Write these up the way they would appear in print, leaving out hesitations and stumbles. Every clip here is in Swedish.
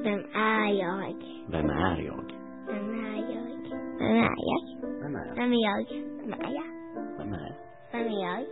Vem är jag? Vem är jag? Vem är jag? Vem är jag? Vem är jag? Vem är jag? Vem är jag? Vem är jag? Vem är jag?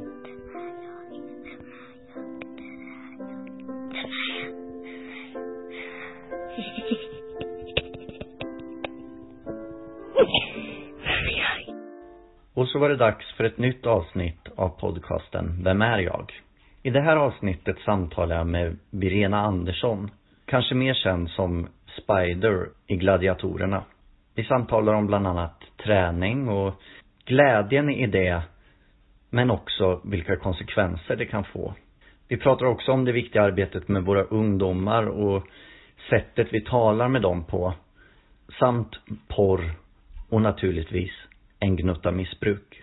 Och så var det dags för ett nytt avsnitt av podcasten Vem är jag? I det här avsnittet samtalar jag med Virena Andersson, kanske mer känd som Spider i Gladiatorerna. Vi samtalar om bland annat träning och glädjen i det, men också vilka konsekvenser det kan få. Vi pratar också om det viktiga arbetet med våra ungdomar och sättet vi talar med dem på, samt porr och naturligtvis en gnutta missbruk.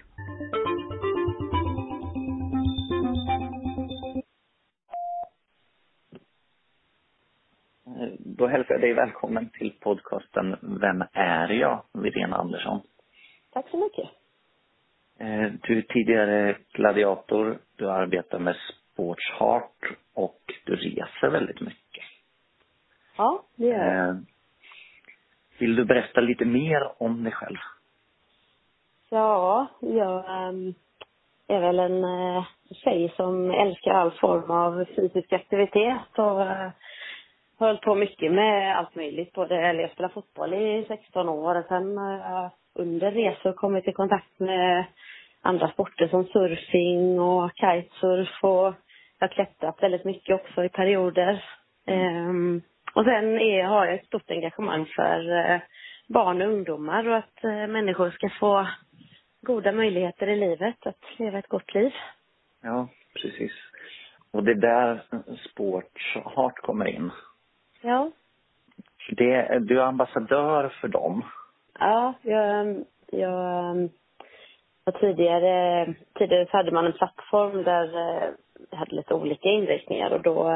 Då hälsar jag dig välkommen till podcasten Vem är jag? Virena Andersson. Tack så mycket. Du är tidigare gladiator, du arbetar med sportsheart och du reser väldigt mycket. Ja, det gör jag. Vill du berätta lite mer om dig själv? Ja, jag är väl en tjej som älskar all form av fysisk aktivitet och har hållit på mycket med allt möjligt. Jag spelar fotboll i 16 år och sen under resor kommit i kontakt med andra sporter som surfing och kitesurf, och jag har klättrat väldigt mycket också i perioder. Och sen har jag ett stort engagemang för barn och ungdomar och att människor ska få goda möjligheter i livet, att leva ett gott liv. Ja, precis. Och det där sportsheart kommer in. Ja. Du är ambassadör för dem. Ja, jag tidigare så hade man en plattform där jag hade lite olika inriktningar, och då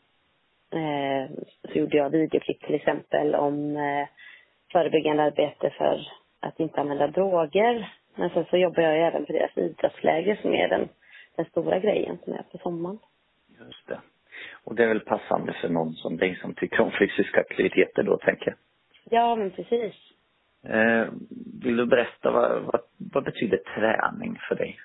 så gjorde jag videoklipp till exempel om förebyggande arbete för att inte använda droger. Men sen så jobbar jag även på deras idrottsläger som är den stora grejen som är på sommaren. Just det. Och det är väl passande för någon som dig som tycker om fysiska aktiviteter då, tänker jag. Ja, men precis. Vill du berätta vad betyder träning för dig?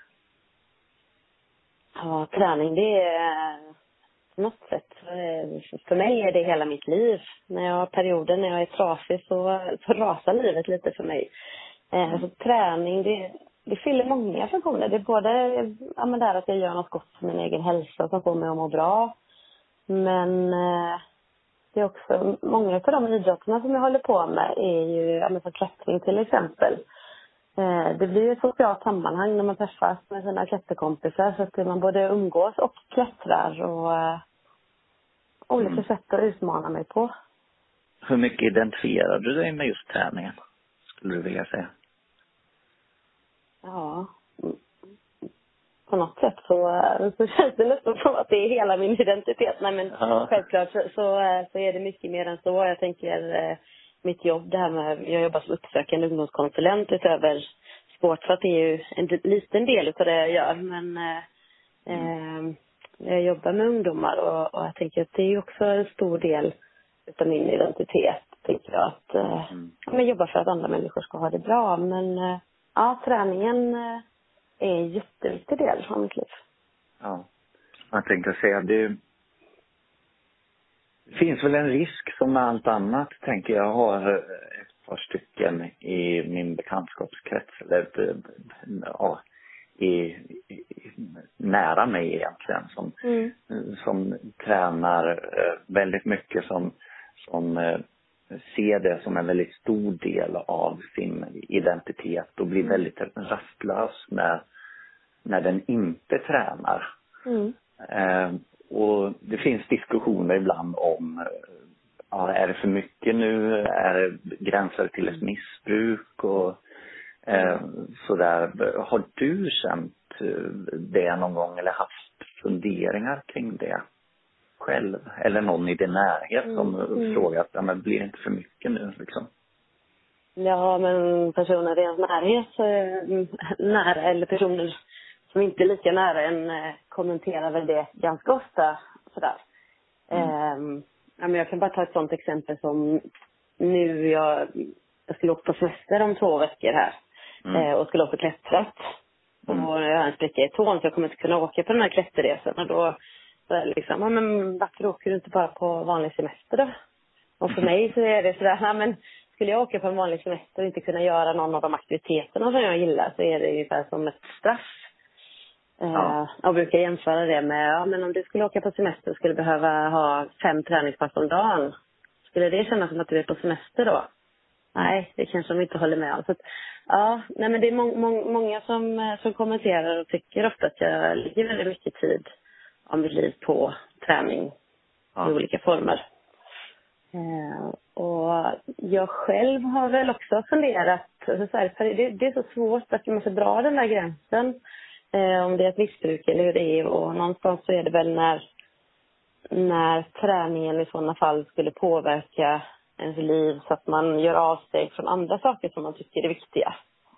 Ja, träning det är på något sätt. För mig är det hela mitt liv. När jag har perioder när jag är trasig så rasar livet lite för mig. Så träning det fyller många funktioner. Det är både där att jag gör något gott för min egen hälsa som får mig att må bra. Men det är också många av de idrotterna som jag håller på med är ju som klättring till exempel. Det blir ju ett socialt sammanhang när man träffas med sina klätterkompisar, så att man både umgås och klättrar och olika sätt att utmana mig på. Hur mycket identifierar du dig med just träningen, skulle du vilja säga? Ja, på något sätt så känns det nästan som att det är hela min identitet. Nej, men självklart så är det mycket mer än så. Jag tänker mitt jobb, det här med, jag jobbar som uppsökande ungdomskonsulent utöver sport, för att det är ju en liten del av det jag gör. Men jag jobbar med ungdomar och jag tänker att det är ju också en stor del av min identitet, tänker jag. Att jag jobbar för att andra människor ska ha det bra. Men träningen är en jätteviktig del av mitt liv. Ja, jag tänkte säga det finns väl en risk som med allt annat, tänker jag. Har ett par stycken i min bekantskapskrets, eller nära mig egentligen, som tränar väldigt mycket, som ser det som en väldigt stor del av sin identitet och blir väldigt rastlös när den inte tränar. Och det finns diskussioner ibland om är det för mycket nu, är det gränser till ett missbruk och sådär. Har du känt det någon gång eller haft funderingar kring det själv? Eller någon i din närhet som frågat, men blir det inte för mycket nu liksom? Ja, men personer i ens närhet, nära, eller personer som inte är lika nära en kommenterar väl det ganska ofta sådär. men jag kan bara ta ett sånt exempel som nu jag skulle åka på semester om 2 veckor här. Och skulle åka klättrat. Och jag har en spricka i tån så jag kommer inte kunna åka på den här klätterresan. Och då så är det liksom, men varför åker du inte bara på vanlig semester då? Och för mig så är det sådär, men skulle jag åka på en vanlig semester och inte kunna göra någon av de aktiviteterna som jag gillar så är det ungefär som ett straff. Jag brukar jämföra det med, men om du skulle åka på semester och skulle behöva ha 5 träningspass om dagen. Skulle det kännas som att du är på semester då? Nej, det kanske de inte håller med om. Så att, men det är många som kommenterar och tycker ofta att jag lägger väldigt mycket tid av mitt liv på träning i olika former. Och jag själv har väl också funderat, det är så svårt att man måste dra den där gränsen. Om det är ett missbruk eller hur det är. Och någonstans så är det väl när träningen i sådana fall skulle påverka ens liv så att man gör avsteg från andra saker som man tycker är viktiga.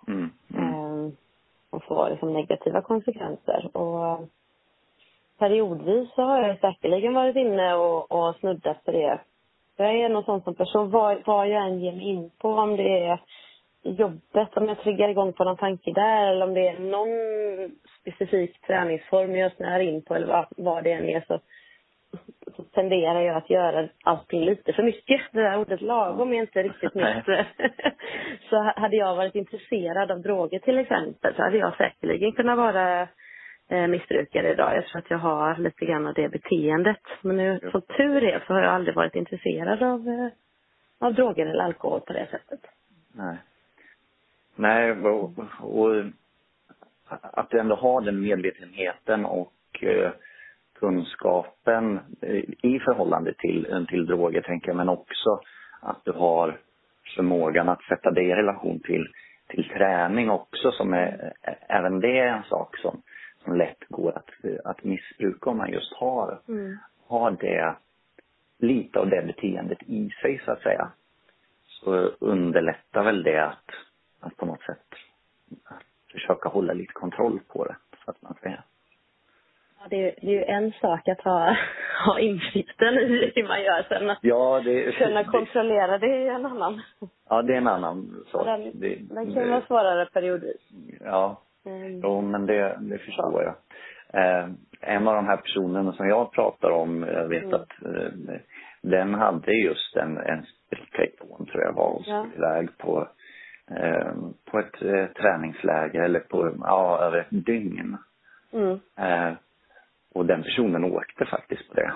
Och får liksom negativa konsekvenser. Och periodvis så har jag säkerligen varit inne och snuddat på det. Jag är någon sån som person, vad jag än ger mig in på, om det är jobbet, om jag triggar igång på någon tanke där, eller om det är någon specifik träningsform jag snör in på, eller vad det än är, så tenderar jag att göra allting lite för mycket. Det där ordet lagom är inte riktigt mitt. Så hade jag varit intresserad av droger till exempel, så hade jag säkerligen kunnat vara missbrukare idag. Jag tror att jag har lite grann av det beteendet. Men nu, som tur är, så har jag aldrig varit intresserad av droger eller alkohol på det sättet. Nej, och att du ändå har den medvetenheten och kunskapen i förhållande till droger, tänker jag, men också att du har förmågan att sätta det i relation till träning också, som är även det är en sak som lätt går att missbruka om man just har det, lite av det beteendet i sig, så att säga. Så underlättar väl det att på något sätt att försöka hålla lite kontroll på det, så att man säger. Ja, det är ju en sak att ha insikten i hur man gör, sen att kunna kontrollera det är en annan. Ja, det är en annan sak. Den kan vara svårare periodvis. Ja, men det förstår jag. En av de här personerna som jag pratar om, jag vet att den hade just en spricka i tån, tror jag var, och skulle iväg på ett träningsläger eller över ett dygn. Och den personen åkte faktiskt på det.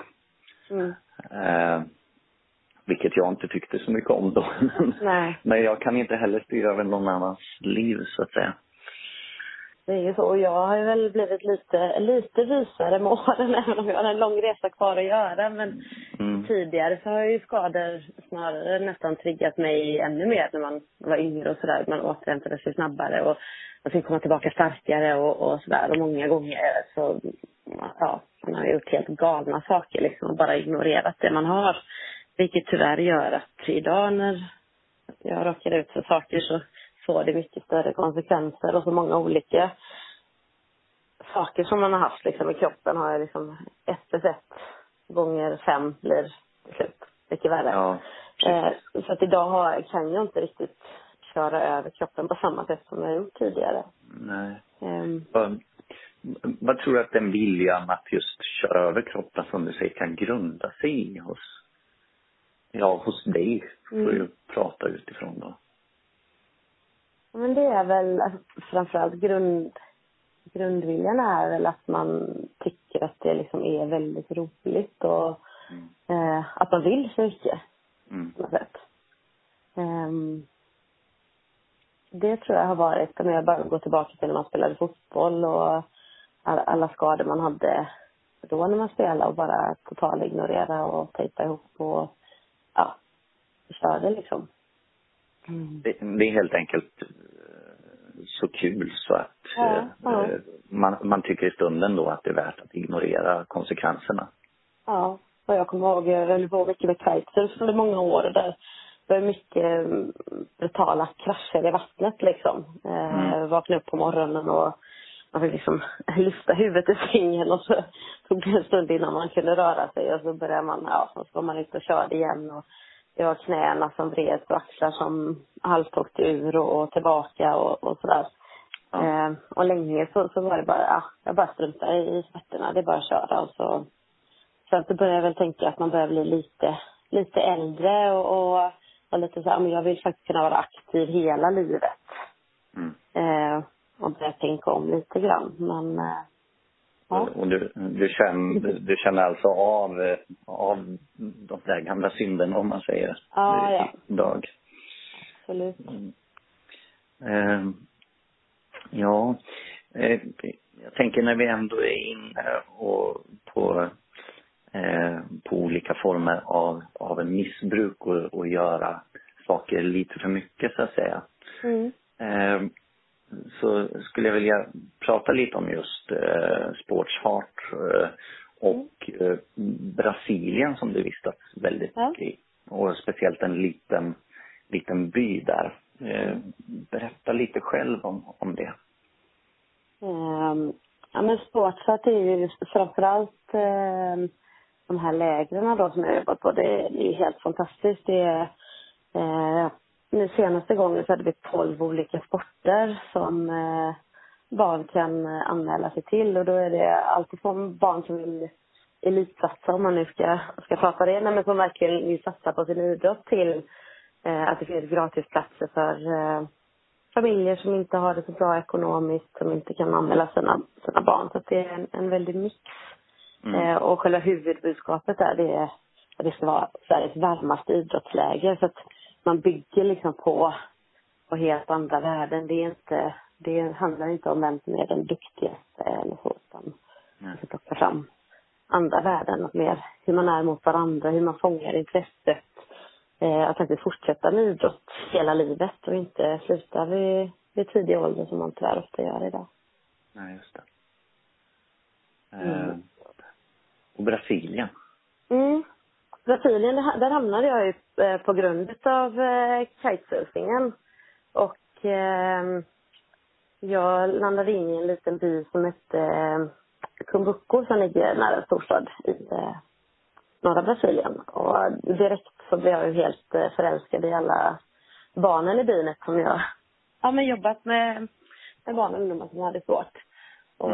Vilket jag inte tyckte så mycket om då. Men jag kan inte heller styra över någon annans liv, så att säga. Det är ju så. Och jag har väl blivit lite visare med åren, även om jag har en lång resa kvar att göra. Men tidigare så har ju skador snarare nästan triggat mig ännu mer när man var yngre och sådär. Man återhämtade sig snabbare och man fick komma tillbaka starkare och sådär. Och många gånger så, man har gjort helt galna saker liksom, och bara ignorerat det man har. Vilket tyvärr gör att idag när jag råkar ut för saker så får det mycket större konsekvenser, och så många olika saker som man har haft liksom i kroppen har jag liksom 1+1 gånger 5 blir till slut mycket värre. Så att idag kan jag inte riktigt köra över kroppen på samma sätt som jag gjort tidigare. Nej. Vad tror du att den viljan att just köra över kroppen, som du säger, kan grunda sig hos dig? Får du prata utifrån då. Men det är väl framförallt grundviljan är väl att man tycker att det liksom är väldigt roligt och att man vill så mycket på något sätt. Det tror jag har varit, om jag bara går tillbaka till när man spelade fotboll och alla skador man hade då när man spelade, och bara totalt ignorera och tejpa ihop och förstörde liksom. Det är helt enkelt så kul så att man tycker i stunden då att det är värt att ignorera konsekvenserna. Ja, och jag kommer ihåg, jag höll på mycket med kitesurf under många år. Där var mycket brutala krascher i vattnet liksom. Vakna upp på morgonen och man fick liksom lyfta huvudet i sängen och så tog det en stund innan man kunde röra sig. Och så började man, så var man ut och körde igen. Och det var knäna som vred och axlar som halvt ur och tillbaka och sådär. Ja. Och länge så var det bara, jag bara struntade i smärtorna. Det är bara att köra. Och så att då började jag väl tänka att man börjar bli lite äldre och lite så här, men jag vill faktiskt kunna vara aktiv hela livet. Och börja tänka om lite grann. Men, ja. Och du känner alltså av de där gamla synderna, om man säger, idag? Absolut. Jag tänker när vi ändå är inne och på olika former av en missbruk och göra saker lite för mycket, så att säga. Så skulle jag vilja prata lite om just sportsfart och Brasilien, som du vistas väldigt mycket i. Och speciellt en liten by där. Berätta lite själv om det. Men sportfart är ju framförallt de här lägren då som jag jobbat på. Det är ju helt fantastiskt. Det är nu senaste gången så hade vi 12 olika sporter som barn kan anmäla sig till. Och då är det alltid från barn som vill elitsatsa, om man nu ska prata det. Men som verkligen vill satsa på sin idrott, till att det finns gratisplatser för familjer som inte har det så bra ekonomiskt, som inte kan anmäla sina barn. Så att det är en väldig mix. Och själva huvudbudskapet det ska vara Sveriges varmaste idrottsläger. Så att man bygger liksom på helt andra värden. Det handlar inte om vem som är den duktigaste eller så, utan man ska plocka fram andra värden och mer hur man är mot varandra, hur man fångar intresset. Att faktiskt fortsätta med idrott hela livet och inte sluta vid tidig ålder, som man tyvärr ofta gör idag. Nej, just det. Och Brasilien? Brasilien, där hamnade jag ju på grund av kitesurfingen. Och jag landade in i en liten by som hette Cumbuco, som ligger nära en storstad i norra Brasilien. Och direkt så blev jag ju helt förälskad i alla barnen i byn, som jag jobbat med barn och ungdomar som hade svårt. Och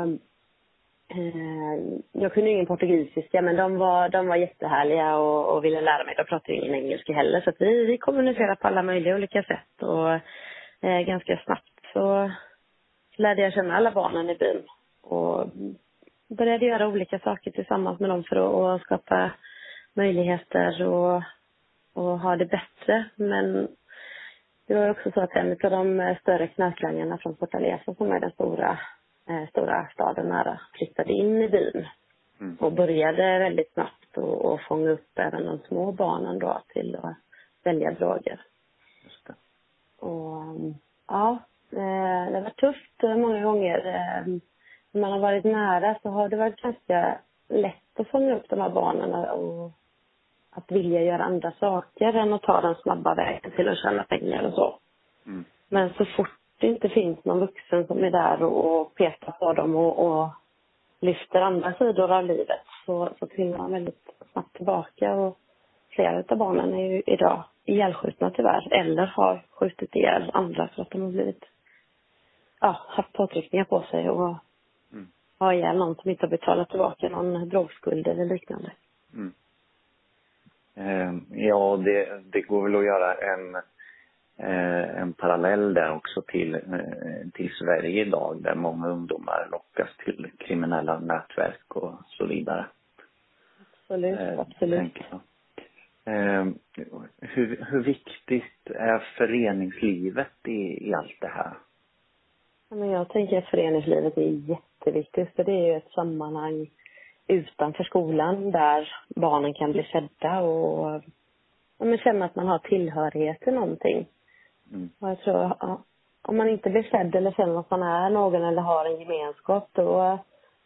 jag kunde ingen portugisiska, men de var jättehärliga och ville lära mig. De pratade ju ingen engelska heller, så att vi kommunicerade på alla möjliga olika sätt. Och ganska snabbt så lärde jag känna alla barnen i byn och började göra olika saker tillsammans med dem för att skapa möjligheter och ha det bättre. Men det var också så att en av de större knarklangarna från Fortaleza, som är den stora staden nära, flyttade in i byn och började väldigt snabbt och fånga upp även de små barnen då till att välja droger. Just det. Och det var tufft många gånger. När man har varit nära så har det varit ganska lätt att fånga upp de här barnen och att vilja göra andra saker än att ta den snabba vägen till att tjäna pengar och så. Men så fort det inte finns någon vuxen som är där och petar på dem och lyfter andra sidor av livet, så tvinnar man väldigt snabbt tillbaka. Och flera av barnen är ju idag ihjälskjutna tyvärr, eller har skjutit ihjäl andra för att de har blivit haft påtryckningar på sig och har ihjäl någon som inte har betalat tillbaka någon drogskuld eller liknande. Det går väl att göra en parallell där också till Sverige idag, där många ungdomar lockas till kriminella nätverk och så vidare. Absolut. Hur viktigt är föreningslivet i allt det här? Men jag tänker att föreningslivet är jätteviktigt, för det är ju ett sammanhang utanför skolan där barnen kan bli sedda och känna att man har tillhörighet till någonting. Och jag tror om man inte blir sedd eller känner att man är någon eller har en gemenskap, då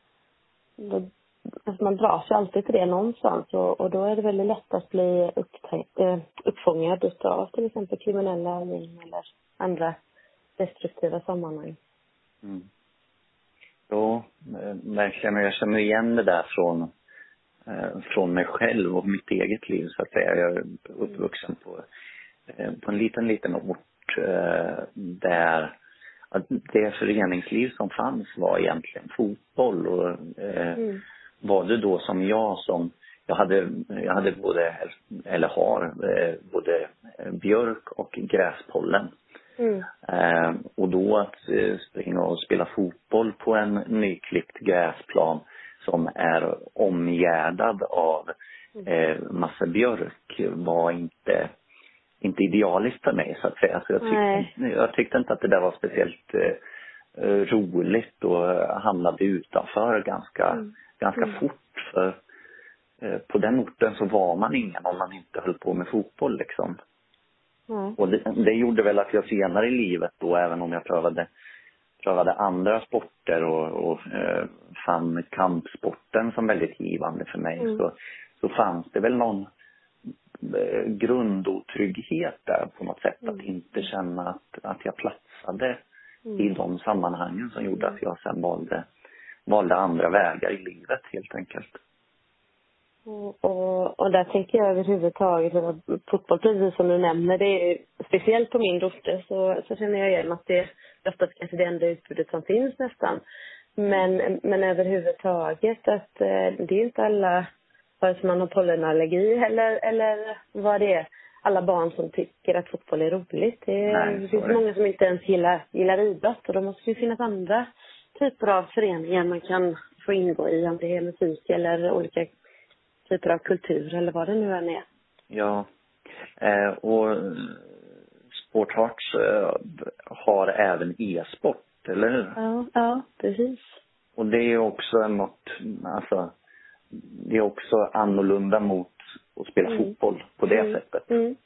alltså man dras ju alltid till det någonstans, och då är det väldigt lätt att bli uppfångad av till exempel kriminella gäng eller andra destruktiva sammanhang. Ja, verkligen. Jag känner igen det där från mig själv och mitt eget liv så att säga. Jag är uppvuxen på en liten ort där det föreningsliv som fanns var egentligen fotboll. Och var det då som jag hade både, eller har, både björk och gräspollen. Och då att springa och spela fotboll på en nyklippt gräsplan som är omgärdad av massa björk var inte idealiskt för mig så att säga. Så jag tyckte inte att det där var speciellt roligt och hamnade utanför ganska fort. För på den orten så var man ingen om man inte höll på med fotboll liksom. Och det gjorde väl att jag senare i livet då, även om jag prövade andra sporter och fann kampsporten som väldigt givande för mig, så fanns det väl någon grundotrygghet där på något sätt, att inte känna att jag platsade i de sammanhangen som gjorde att jag sen valde andra vägar i livet helt enkelt. Och där tänker jag överhuvudtaget att fotboll, precis som du nämner, det är speciellt på min dotter så känner jag igen att det är oftast kanske det enda utbudet som finns nästan. Men överhuvudtaget att det är inte alla, vare sig man har pollenallergi eller vad det är, alla barn som tycker att fotboll är roligt. Det finns många som inte ens gillar idrott, och då måste det finnas andra typer av föreningar man kan få ingå i, om det är musik eller olika typer av kultur eller vad det nu än är. Ja, och Sporthearts har även e-sport, eller hur? Ja, precis. Och det är också det är också annorlunda mot att spela fotboll på det sättet.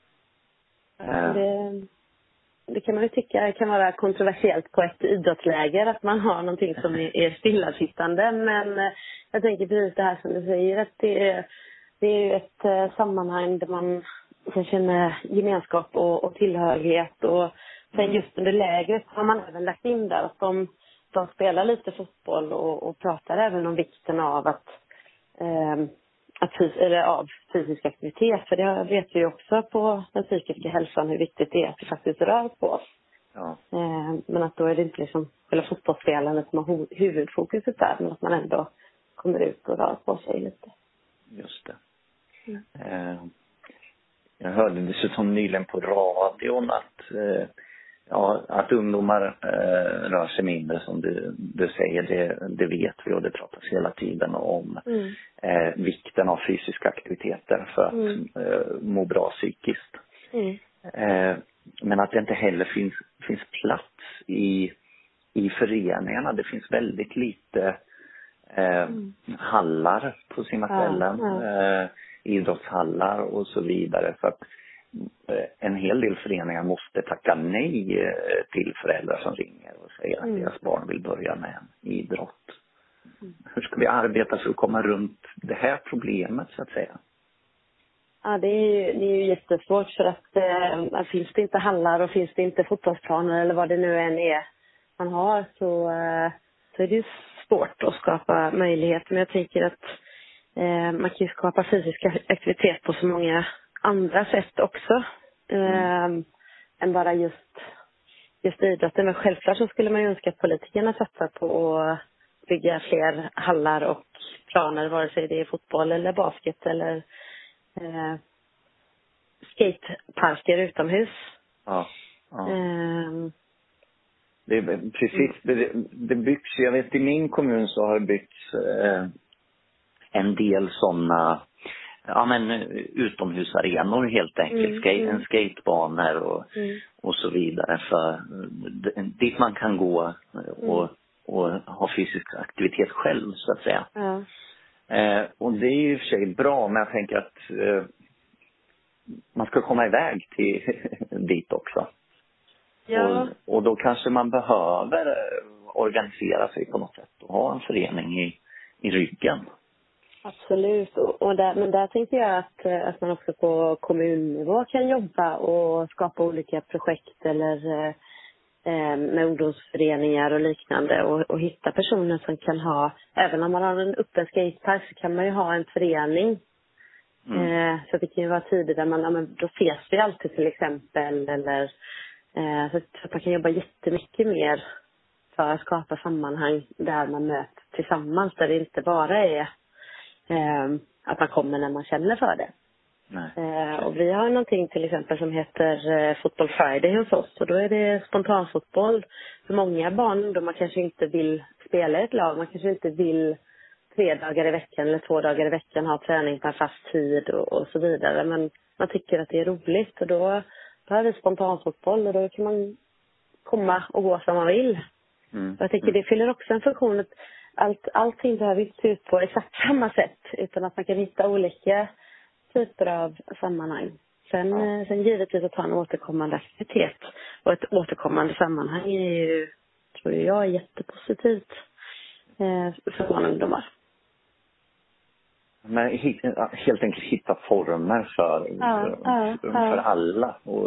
Det kan man ju tycka kan vara kontroversiellt på ett idrottsläger, att man har någonting som är stillasittande. Men jag tänker precis det här som du säger, att det är ju ett sammanhang där man kan känna gemenskap och tillhörighet. Och sen just under lägret har man även lagt in där att de spelar lite fotboll och pratar även om vikten av av fysisk aktivitet. För det vet vi ju också på den psykiska hälsan hur viktigt det är att vi faktiskt rör på oss. Ja. Men att då är det inte liksom själva fotbollsspelandet som har huvudfokuset där, men att man ändå kommer ut och rör på sig lite. Just det. Jag hörde dessutom nyligen på radion att ungdomar rör sig mindre, som du säger, det vet vi, och det pratas hela tiden om vikten av fysiska aktiviteter för att må bra psykiskt. Men att det inte heller finns plats i föreningarna. Det finns väldigt lite hallar på sina ställen, idrottshallar och så vidare, för att en hel del föreningar måste tacka nej till föräldrar som ringer och säger att deras barn vill börja med en idrott. Hur ska vi arbeta för att komma runt det här problemet så att säga? Ja, det är ju jättesvårt, för att finns det inte hallar och finns det inte fotbollsplaner eller vad det nu än är man har, så är det ju svårt att skapa möjligheter. Men jag tänker att man kan ju skapa fysisk aktivitet på så många andra sätt också än bara just idrotten. Men självklart så skulle man ju önska att politikerna satsar på att bygga fler hallar och planer, vare sig det är fotboll eller basket eller skateparker utomhus. Ja. Det är precis, det byggs, jag vet i min kommun så har det byggts en del sådana utomhusarenor helt enkelt, en skatebanor och så vidare, för dit man kan gå och ha fysisk aktivitet själv så att säga. Och det är ju i och för sig bra, men jag tänker att man ska komma iväg dit också. Ja. Och då kanske man behöver organisera sig på något sätt och ha en förening i ryggen. Absolut. Men där tänker jag att man också på kommunnivå kan jobba och skapa olika projekt eller med ungdomsföreningar och liknande och hitta personer som kan ha, även om man har en öppen skatepark så kan man ju ha en förening. Så det kan ju vara tider där man, då ses vi alltid till exempel, eller så att man kan jobba jättemycket mer för att skapa sammanhang där man möts tillsammans, där det inte bara är att man kommer när man känner för det. Och vi har någonting till exempel som heter Football Friday hos oss, och då är det spontanfotboll. För många barn då man kanske inte vill spela ett lag, man kanske inte vill 3 dagar i veckan eller 2 dagar i veckan ha träning på en fast tid och så vidare, men man tycker att det är roligt, och då har vi spontanfotboll och då kan man komma och gå som man vill. Jag tycker det fyller också en funktion att allting behöver inte se ut på exakt samma sätt, utan att man kan hitta olika typer av sammanhang. Sen givetvis att ha en återkommande aktivitet och ett återkommande sammanhang är ju, tror jag, är jättepositivt för barn och ungdomar. Men helt enkelt hitta former för alla och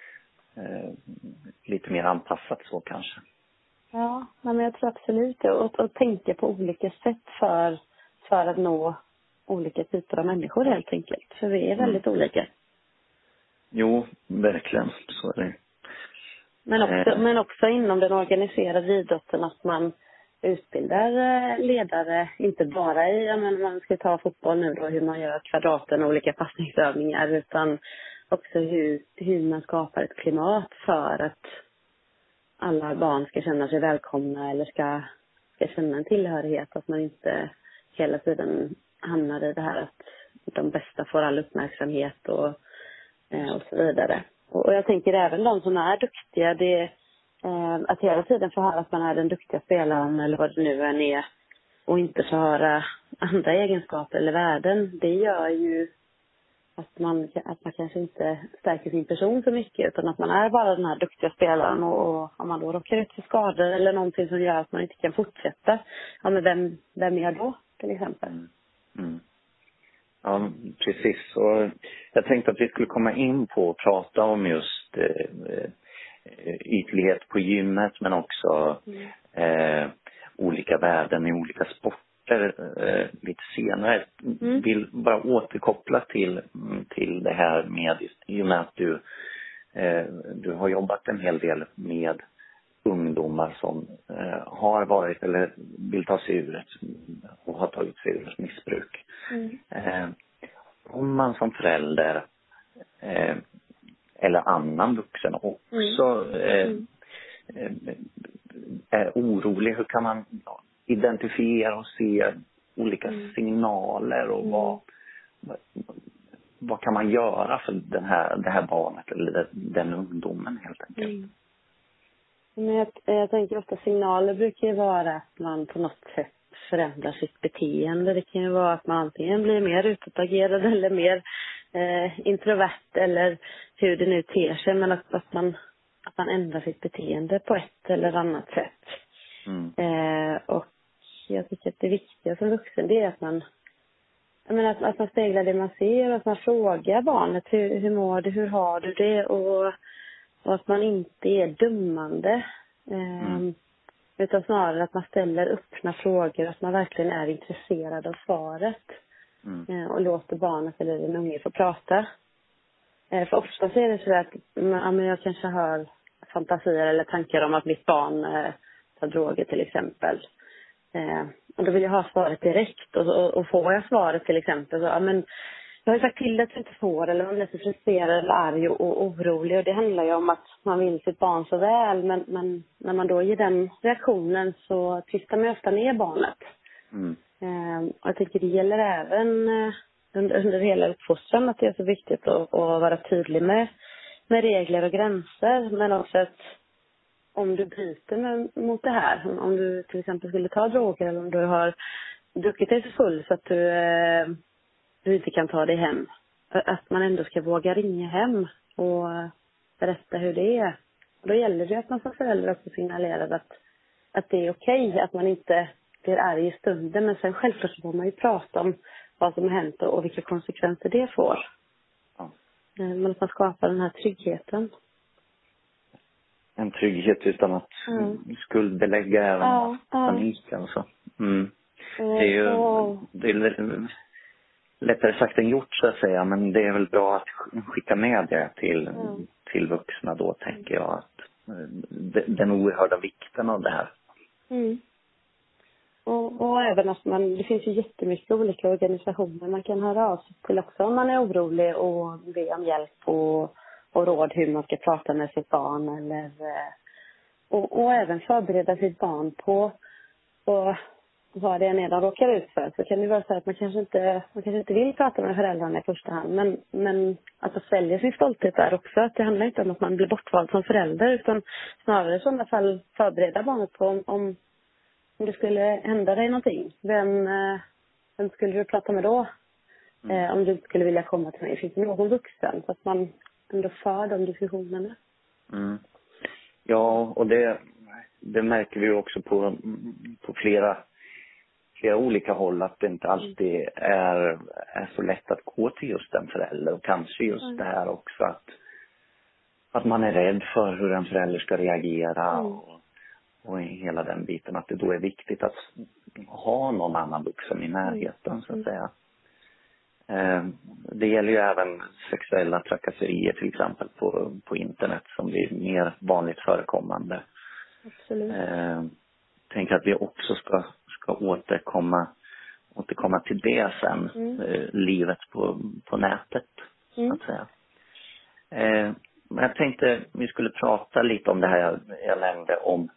lite mer anpassat så kanske. Ja, men jag tror absolut det. Och tänka på olika sätt för att nå olika typer av människor helt enkelt. För vi är väldigt olika. Jo, verkligen. Så är det. Men också inom den organiserade idrotten att man utbildar ledare, inte bara i, man ska ta fotboll nu då, hur man gör kvadraten och olika passningsövningar, utan också hur man skapar ett klimat för att alla barn ska känna sig välkomna eller ska känna en tillhörighet, att man inte hela tiden hamnar i det här att de bästa får all uppmärksamhet och så vidare. Och jag tänker även de som är duktiga, att hela tiden få höra att man är den duktiga spelaren eller vad det nu än är och inte få höra andra egenskaper eller värden, det gör ju att man kanske inte stärker sin person så mycket, utan att man är bara den här duktiga spelaren, och om man då råkar ut för skador eller någonting som gör att man inte kan fortsätta, ja, men vem är jag då till exempel? Ja, precis. Och jag tänkte att vi skulle komma in på och prata om just ytlighet på gymmet, men också olika värden i olika sporter lite senare. Vill bara återkoppla till det här med, i och med att du har jobbat en hel del med ungdomar som har varit eller vill ta sig ur och har tagit sig ur ett missbruk. Om man som förälder eller annan vuxen också är orolig, hur kan man identifiera och se olika signaler och vad kan man göra för det här barnet eller den ungdomen helt enkelt? Men jag tänker ofta signaler brukar ju vara att man på något sätt förändrar sitt beteende. Det kan ju vara att man antingen blir mer utåtagerad eller mer introvert eller hur det nu ter sig, men att man ändrar sitt beteende på ett eller annat sätt. Och jag tycker att det viktiga som vuxen, det är att att man speglar det man ser och att man frågar barnet hur mår du, hur har du det, och att man inte är dömande utan snarare att man ställer öppna frågor, att man verkligen är intresserad av svaret och låter barnet eller den unge få prata. För ofta så är det så att jag kanske har fantasier eller tankar om att mitt barn tar droger till exempel. Och då vill jag ha svaret direkt, och får jag svaret till exempel så, jag har sagt till att jag inte får, eller man blir så frustrerad eller arg och orolig, och det handlar ju om att man vill sitt barn så väl, men när man då ger den reaktionen så tystar man ofta ner barnet. Och jag tycker det gäller även under hela uppfostran att det är så viktigt att vara tydlig med regler och gränser, men också att om du bryter mot det här, om du till exempel skulle ta droger eller om du har druckit dig så full så att du inte kan ta dig hem, att man ändå ska våga ringa hem och berätta hur det är. Och då gäller det att man som förälder också signalerar att det är okej, att man inte blir arg i stunden, men sen självklart så får man ju prata om vad som har hänt och vilka konsekvenser det får. Men att man skapar den här tryggheten. en trygghet utan att skuldbelägga även paniken och så. Det är ju det är lättare sagt än gjort så att säga, men det är väl bra att skicka med det till vuxna då, tänker jag, att den oerhörda vikten av det här. Och även att det finns ju jättemycket olika organisationer man kan höra av sig till också om man är orolig och be om hjälp och råd hur man ska prata med sitt barn, eller och även förbereda sitt barn på vad det är de råkar ut för. Så kan det vara så att man kanske inte vill prata med föräldrarna i första hand, men att man sväljer sin stolthet där också. Att det handlar inte om att man blir bortvald som förälder, utan snarare i sådana fall förbereda barnet på om det skulle hända dig någonting. Vem skulle du prata med då? Om du skulle vilja komma till mig. Finns det någon vuxen? Så att man ändå för de diskussionerna. Ja, och det märker vi också på flera olika håll, att det inte alltid är så lätt att gå till just en förälder. Och kanske just det här också att man är rädd för hur en förälder ska reagera och hela den biten, att det då är viktigt att ha någon annan vuxen i närheten så att säga. Det gäller ju även sexuella trakasserier till exempel på internet, som blir mer vanligt förekommande. Absolut. Tänker att vi också ska återkomma till det sen. Livet på nätet så att säga. Men jag tänkte vi skulle prata lite om det här jag nämnde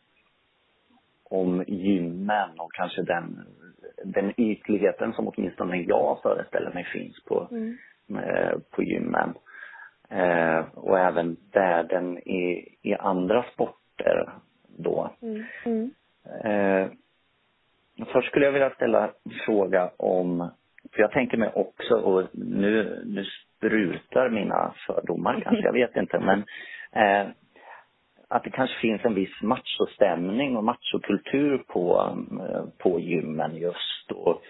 om gymmen och kanske den ytligheten som åtminstone jag föreställer mig finns på gymmen. Och även världen i andra sporter då. Först skulle jag vilja ställa en fråga för jag tänker mig också, och nu sprutar mina fördomar kanske, jag vet inte, men att det kanske finns en viss machostämning och machokultur på gymmen just, och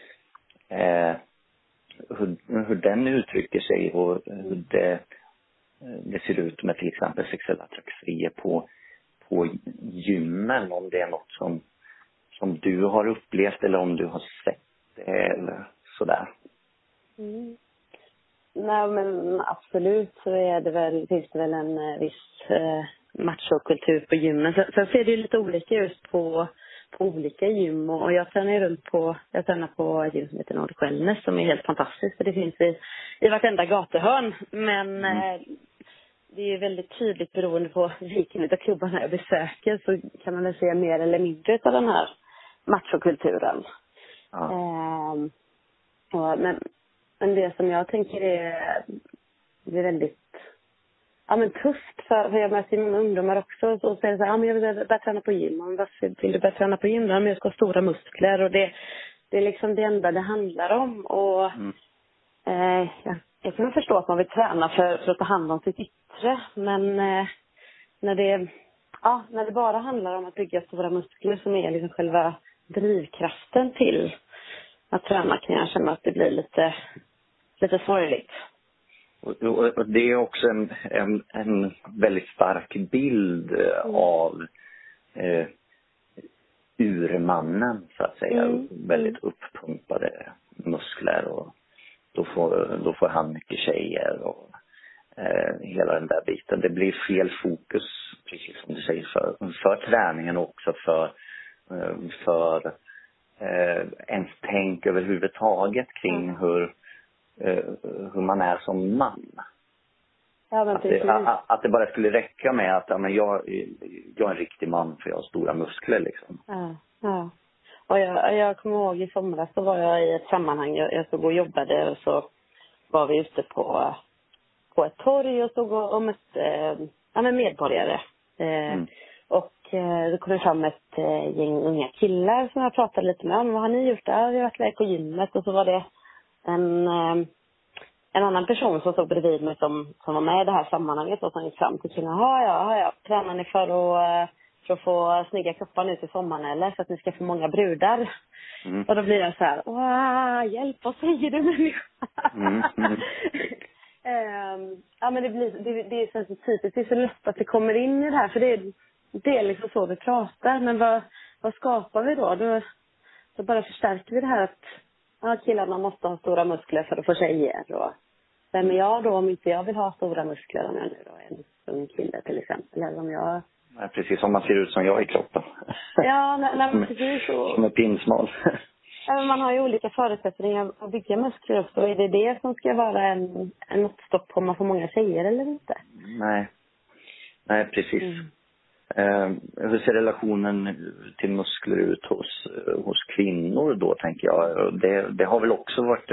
hur den uttrycker sig och hur det ser ut med till exempel sexuella trakasserier på gymmen, om det är något som du har upplevt eller om du har sett det eller sådär. Nej, men absolut så finns det väl en viss machokultur på gymmen. Sen ser det ju lite olika just på olika gym, och jag tränar på ett gym som heter Nordic Wellness, som är helt fantastiskt, för det finns i vartenda gatuhörn, men det är väldigt tydligt beroende på vilken av klubbarna jag besöker, så kan man väl säga mer eller mindre av den här machokulturen. Men det som jag tänker är väldigt tufft för jag möter många ungdomar också och säger så här, men jag vill börja träna på gym. Varför vill du börja träna på gym? Men jag ska ha stora muskler, och det är liksom det enda det handlar om. Och jag kan förstå att man vill träna för att ta hand om sitt yttre, men när det bara handlar om att bygga stora muskler, som är liksom själva drivkraften till att träna, kan jag känna att det blir lite sorgligt. Och det är också en väldigt stark bild av urmannen så att säga. Väldigt uppumpade muskler, och då får han mycket tjejer och hela den där biten. Det blir fel fokus, precis som du säger, för träningen och också för ens tänk överhuvudtaget kring hur man är som man. Ja, men att det bara skulle räcka med att jag är en riktig man för jag har stora muskler liksom. Ja. Och jag kommer ihåg i somras så var jag i ett sammanhang, jag stod och jobbade, och så var vi ute på ett torg och stod och mötte medborgare. Och då kom det fram ett gäng unga killar som jag pratade lite med om. Vad har ni gjort där? Vi har varit på gymmet, och så var det en annan person som stod bredvid mig som var med i det här sammanhanget, och som gick fram till killarna. Ja, tränar ni för att få snygga kroppar nu till sommaren, eller så att ni ska få många brudar? Och då blir jag så här, åh, hjälp, vad säger du människa? Men det är så typiskt, det är så lätt att det kommer in i det här, för det är liksom så vi pratar. Men vad skapar vi då? Då bara förstärker vi det här att killarna måste ha stora muskler för att få tjejer. Och vem är jag då om inte jag vill ha stora muskler, om jag nu då är en ung kille till exempel. Eller om jag... Nej, precis som man ser ut som jag i kroppen. Ja, nej precis. Som är pinsmal. Man har ju olika förutsättningar att bygga muskler också. Är det det som ska vara en måttstock på om man får många tjejer eller inte? Nej, precis. Hur ser relationen till muskler ut hos kvinnor då, tänker jag? Det har väl också varit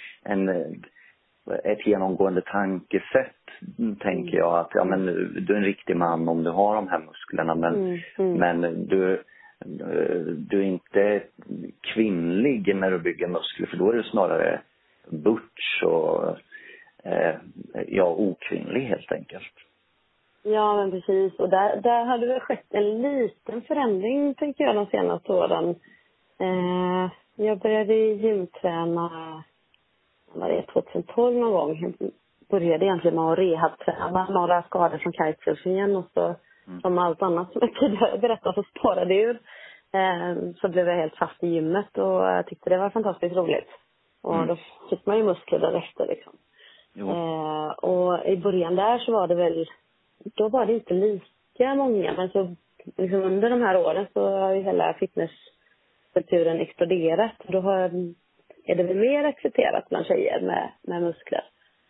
ett genomgående tankesätt, tänker jag, att ja, men du är en riktig man om du har de här musklerna, men du är inte kvinnlig när du bygger muskler, för då är du snarare butch och okvinnlig helt enkelt. Ja, men precis. Och där hade det skett en liten förändring, tänker jag, de senaste åren. Jag började gymträna 2012 någon gång. Jag började egentligen med att rehabträna några skador från kitesurfingen, och så som allt annat som jag tidigare berättade så spårade ur. Så blev jag helt fast i gymmet och jag tyckte det var fantastiskt roligt. Och då fick man ju muskler därefter liksom. Och i början där så var det väl, då var det inte lika många, men så liksom under de här åren så har ju hela fitnesskulturen exploderat. Då är det väl mer accepterat bland tjejer med muskler.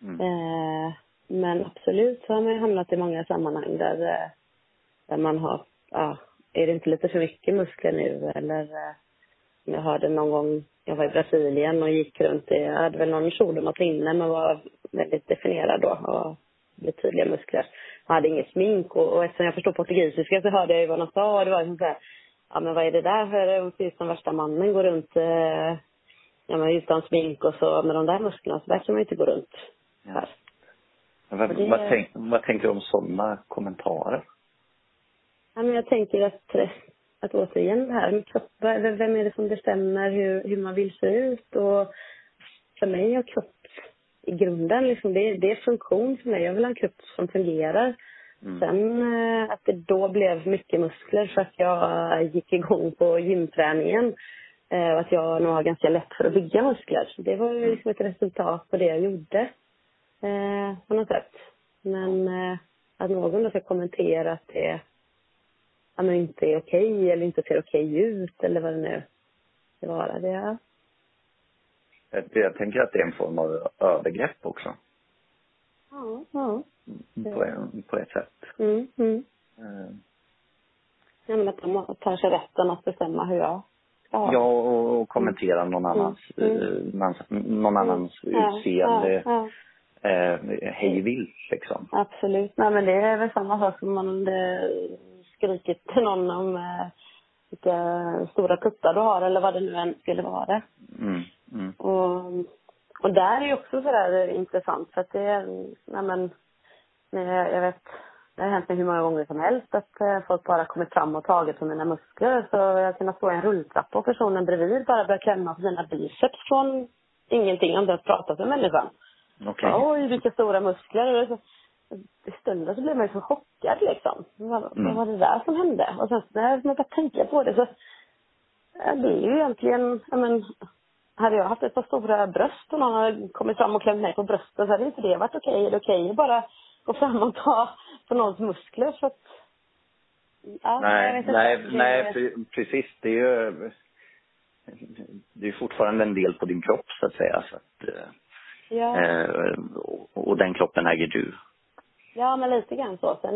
Men absolut så har man ju hamnat i många sammanhang där man har, är det inte lite för mycket muskler nu? Eller jag hörde någon gång, jag var i Brasilien och gick runt jag hade väl någon kjol inne, men var väldigt definierad då och med tydliga muskler. Jag hade inget smink och eftersom jag förstår portugisiska så hörde jag ju vad de sa, och det var liksom så här, men vad är det där för precis som värsta mannen går runt utan smink och så med de där musklerna, så där kan man ju inte gå runt. Ja. Vad tänker du om sådana kommentarer? Ja, men jag tänker att återigen det här med kroppen, vem är det som bestämmer hur man vill se ut? Och för mig är kropp i grunden liksom, det är funktion för mig. Jag vill ha en kropp som fungerar. Sen att det då blev mycket muskler för att jag gick igång på gymträningen. Och att jag nog har ganska lätt för att bygga muskler. Så det var ju liksom ett resultat på det jag gjorde. På något sätt. Men att någon då ska kommentera att det inte är okej eller inte ser okej ut eller vad det nu ska vara. Det. Jag tänker att det är en form av övergrepp också. Ja. På ett sätt. Ja, men att de tar sig rätten att bestämma hur jag ska ha. Ja, och kommentera någon annans utseende. Hej vilt liksom. Absolut. Nej, men det är väl samma sak som man skrikit till någon om vilka stora tuttar du har eller vad det nu än skulle vara. Och där är ju också sådär intressant för att jag vet, det har hänt mig hur många gånger som helst att folk bara kommit fram och tagit på mina muskler, så jag kan stå i en rulltrappa och personen bredvid bara börjar klämma på sina biceps från ingenting, om det har pratat med människan. Okay. Oj, vilka stora muskler. Och i stunden så blev man ju så chockad liksom. Vad var det där som hände? Och sen när man bara tänka på det så det är ju egentligen, hade jag haft ett par stora bröst och någon hade kommit fram och klämt mig på bröstet, så hade inte det varit okej. Är det okej att bara gå fram och ta på någons muskler? Så att, nej, precis. Det är ju fortfarande en del på din kropp så att säga. Så att, och den kroppen äger du. Ja, men lite grann så. Sen,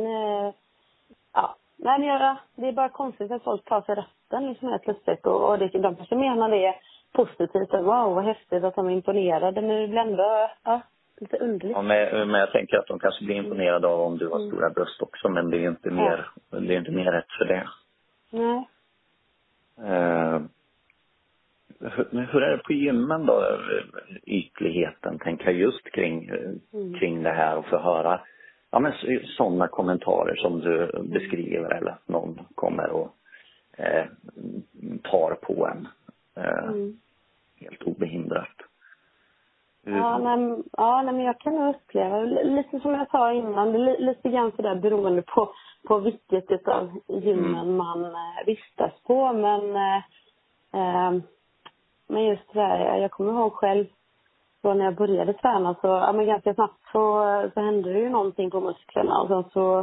det är bara konstigt att folk tar sig rätten liksom helt plötsligt. Och de kanske menar det är positivt. Och, wow, vad häftigt att de är imponerade. Men det blir ändå lite underligt. Ja, men jag tänker att de kanske blir imponerade av om du har stora bröst också. Men det är inte mer, det är inte mer rätt för det. Nej. Hur är det på gymmen då? Ytligheten, tänker jag just kring det här, och få höra sådana kommentarer som du beskriver, eller att någon kommer och tar på en helt obehindrat. Men jag kan nog uppleva, lite som jag sa innan, lite grann sådär beroende på vilket utav gymmen man vistas på. Men just det där, jag kommer ihåg själv då när jag började träna men ganska snabbt så hände det ju någonting på musklerna. Och sen så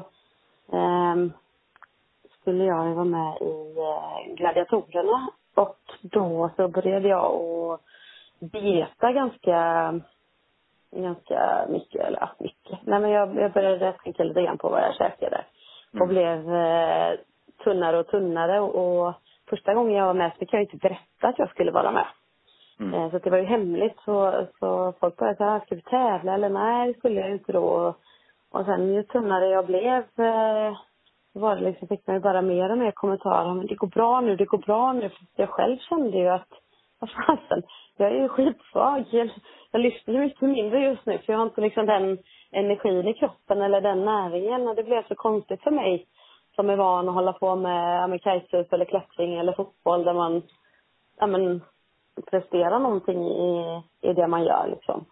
skulle jag vara med i gladiatorerna. Och då så började jag att dieta ganska mycket, eller mycket. Nej, men jag började tänka lite grann på vad jag käkade. Och blev tunnare och tunnare. Och första gången jag var med så kan jag inte berätta att jag skulle vara med. Så det var ju hemligt. Så folk började säga, ska vi tävla? Eller nej, det skulle jag inte då. Och sen ju tunnare jag blev var det liksom, fick man ju bara mer och mer kommentarer. Men det går bra nu. För jag själv kände ju att jag är ju skitsvag. Jag lyfter mycket mindre just nu. För jag har inte liksom den energin i kroppen eller den näringen. Och det blev så konstigt för mig som är van att hålla på med kitesurf eller klättring eller fotboll. Där man presterar någonting i det man gör liksom.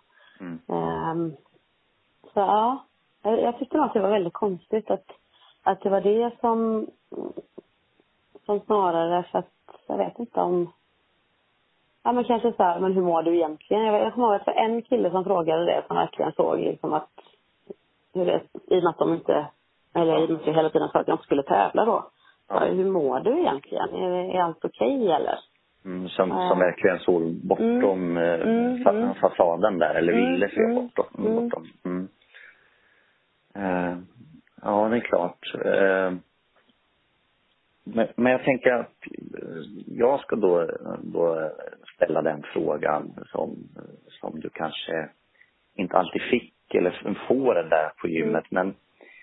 Så ja, jag tyckte nog att det var väldigt konstigt att det var det som snarare, för att jag vet inte om men kanske så här, men hur mår du egentligen? Jag kommer ihåg att det var en kille som frågade det, som verkligen såg liksom att i och med att de inte, eller i och med att jag hela tiden sa att jag inte skulle tävla då. Hur mår du egentligen? Är allt okej eller? Som verkligen såg bortom fasaden där, eller ville se bortom. Ja, det är klart. Men jag tänker att jag ska då ställa den frågan som du kanske inte alltid fick eller får det där på gymmet. Men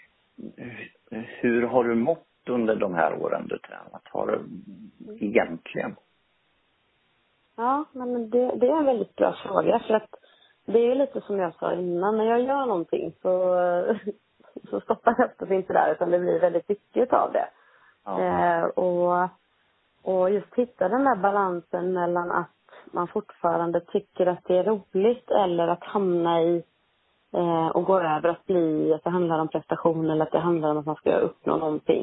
hur har du mått under de här åren du tränat? Har du egentligen? Ja, men det är en väldigt bra fråga. För att det är ju lite som jag sa innan. När jag gör någonting så stoppar jag inte där. Utan det blir väldigt mycket av det. Och just hitta den där balansen mellan att man fortfarande tycker att det är roligt eller att hamna i och gå över att bli, att det handlar om prestation eller att det handlar om att man ska uppnå någonting.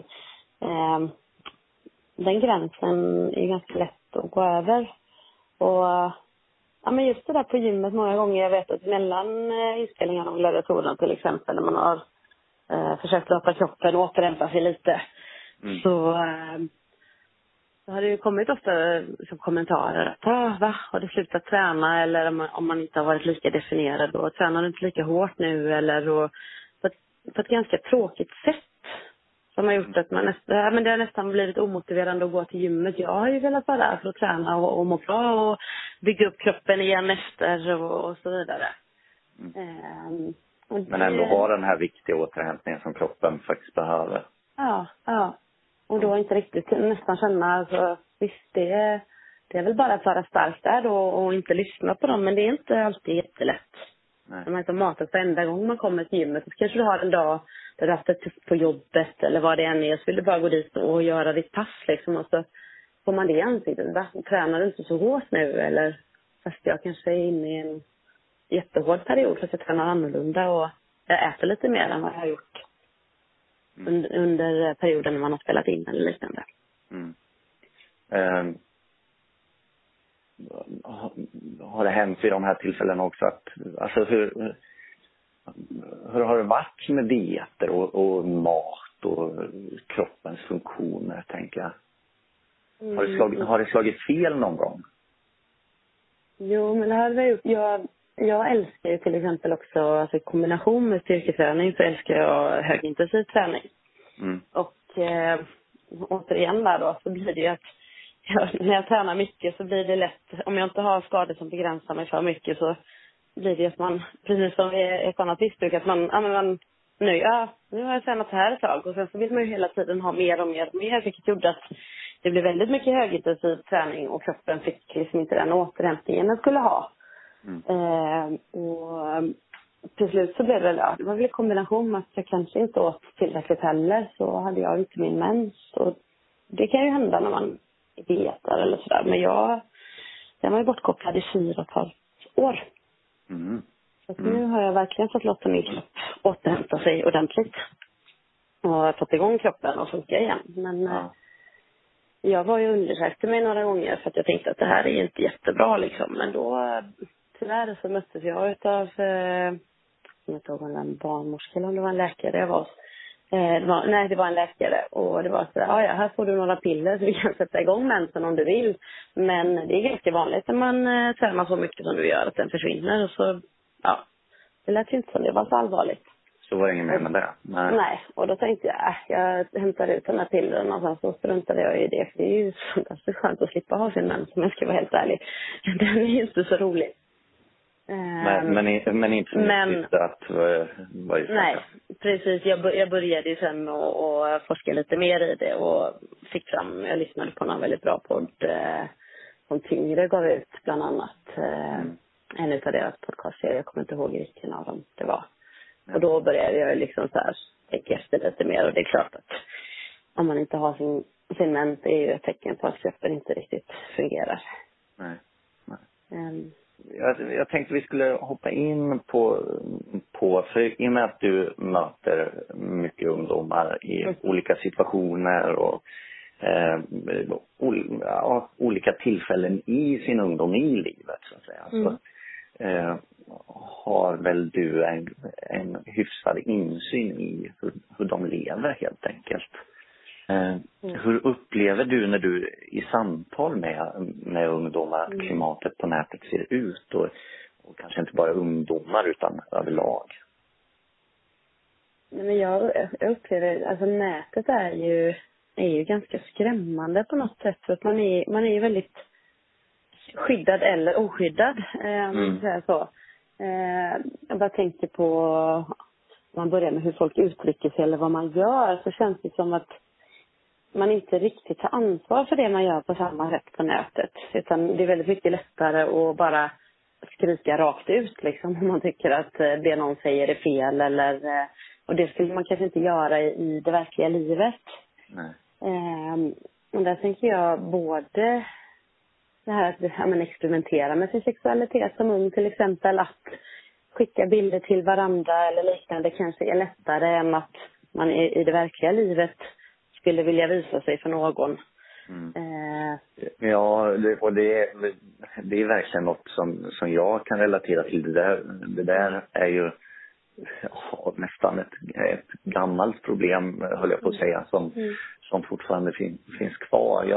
Den gränsen är ganska lätt att gå över. Och men just det där på gymmet många gånger, jag vet att mellan inspelningarna av gladiatorerna till exempel, när man har försökt låta kroppen återhämta sig lite. Så har det ju kommit ofta som kommentarer att har du slutat träna, eller om man inte har varit lika definierad då, tränar du inte lika hårt nu, eller då, på ett ganska tråkigt sätt som har gjort att men det har nästan blivit omotiverande att gå till gymmet. Jag har ju velat vara där för att träna och må bra och bygga upp kroppen igen efter och så vidare. Men ändå har den här viktiga återhämtningen som kroppen faktiskt behöver. Ja. Och då inte riktigt nästan känna, alltså, visst det är väl bara att vara stark där då och inte lyssna på dem, men det är inte alltid jättelätt. När man inte matat varenda gång man kommer till gymmet, så kanske du har en dag där du har haft det tufft på jobbet eller vad det än är, så vill du bara gå dit och göra ditt pass liksom, och så får man det i ansiktet. Tränar du inte så hårt nu, eller fast jag kanske är inne i en jättehård period för att jag tränar annorlunda och jag äter lite mer än vad jag har gjort under perioden när man har spelat in eller liknande. Har det hänt vid de här tillfällena också att, alltså hur har det varit med dieter och mat och kroppens funktioner, tänker jag? Har det slagit fel någon gång? Jo, men det har det gjort. Jag älskar ju till exempel också, alltså i kombination med styrketräning så älskar jag högintensiv träning. Och återigen där då, så blir det ju att när jag tränar mycket så blir det lätt, om jag inte har skador som begränsar mig för mycket, så blir det att man, precis som ett annat missbruk, att nu har jag tränat så här ett tag, och sen så vill man ju hela tiden ha mer och mer och mer, vilket gjorde att det blev väldigt mycket högintensiv träning och kroppen fick liksom inte den återhämtningen den skulle ha. Och till slut så blev det var väl en kombination med att jag kanske inte åt tillräckligt heller, så hade jag inte min mens, och det kan ju hända när man dietar eller sådär, men jag var ju bortkopplad i 4,5 år. Mm. Så att nu har jag verkligen fått låta min kropp återhämta sig ordentligt. Och har fått igång kroppen och funka igen. Men jag var ju undersökte mig några gånger för att jag tänkte att det här är inte jättebra liksom. Men då tyvärr så möttes jag utav jag vet inte om det var en barnmorska eller om det var en läkare jag var hos. Det var en läkare och det var så ja, här får du några piller så vi kan sätta igång mensen om du vill. Men det är ganska vanligt när man tränar så mycket som du gör att den försvinner och så, ja, det lät inte som det var så allvarligt. Så var det ingen mer med det? Nej, och då tänkte jag hämtar ut den här pillren och sen så struntade jag i det för det är ju fantastiskt skönt att slippa ha sin mens om jag ska vara helt ärlig. Den är ju inte så rolig. Men inte nyttigt att vara i. Nej, precis. Jag började ju sen och forska lite mer i det och fick fram, jag lyssnade på en väldigt bra podd som Tyngre gav ut bland annat. En av deras podcastserier, jag kommer inte ihåg vilken av dem det var. Och då började jag liksom så här tänka efter lite mer och det är klart att om man inte har sin mens är ju ett tecken på att kroppen inte riktigt fungerar. Nej. Jag tänkte vi skulle hoppa in på för i och med att du möter mycket ungdomar i olika situationer och olika tillfällen i sin ungdom i livet så att säga. Så, har väl du en hyfsad insyn i hur de lever helt enkelt. Hur upplever du när du i samtal med ungdomar klimatet på nätet ser ut och kanske inte bara ungdomar utan överlag? Men jag upplever, alltså nätet är ju ganska skrämmande på något sätt för att man är ju väldigt skyddad eller oskyddad så. Jag bara tänker på om man börjar med hur folk uttrycker sig eller vad man gör så känns det som att man inte riktigt tar ansvar för det man gör på samma sätt på nätet. Utan det är väldigt mycket lättare att bara skrika rakt ut liksom om man tycker att det någon säger är fel eller och det skulle man kanske inte göra i det verkliga livet. Nej. Och där tänker jag både det här att man experimenterar med sin sexualitet som ung till exempel, att skicka bilder till varandra eller liknande kanske är lättare än att man i det verkliga livet skulle vilja visa sig för någon. Ja, det är verkligen något som jag kan relatera till. Det där är ju nästan ett gammalt problem, höll jag på att säga, som fortfarande finns kvar.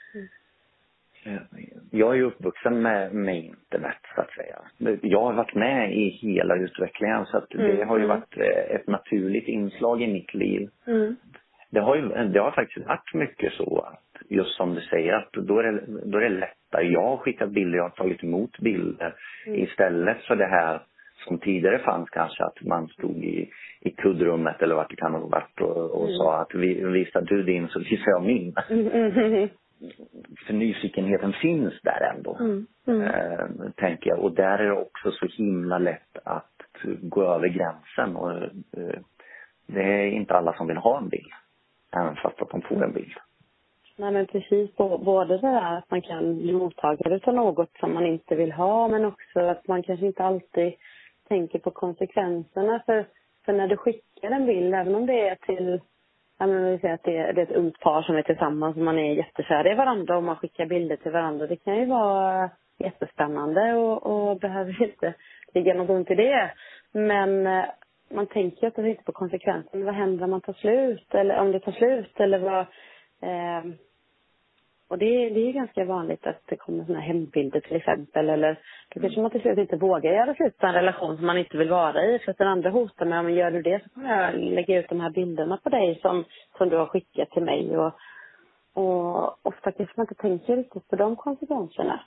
Jag är ju uppvuxen med internet så att säga. Jag har varit med i hela utvecklingen så att det har ju varit ett naturligt inslag i mitt liv. Det har faktiskt varit mycket så att just som du säger att då är det lättare. Jag har skickat bilder, jag har tagit emot bilder istället för det här som tidigare fanns kanske att man stod i kuddrummet eller vart det kan ha varit och sa att visar du din så visar jag min. För nyfikenheten finns där ändå, tänker jag. Och där är det också så himla lätt att gå över gränsen. Och det är inte alla som vill ha en bild, även fast att de får en bild. Nej men precis, både det här att man kan bli mottagare av något som man inte vill ha, men också att man kanske inte alltid tänker på konsekvenserna. För när du skickar en bild, även om det är till... Jag vill säga att det är ett ungt par som är tillsammans och man är jättekära i varandra och man skickar bilder till varandra. Det kan ju vara jättespännande och behöver inte ligga något ont i det. Men man tänker ju att det inte på konsekvenserna. Vad händer om man tar slut? Eller om det tar slut? Eller vad... Och det är ganska vanligt att det kommer såna här hembilder till exempel. Eller då kanske man till slut inte vågar göra slut på en relation som man inte vill vara i. För att den andra hotar med, om gör du det så kommer jag lägga ut de här bilderna på dig som du har skickat till mig. Och ofta kanske man inte tänker riktigt på de konsekvenserna.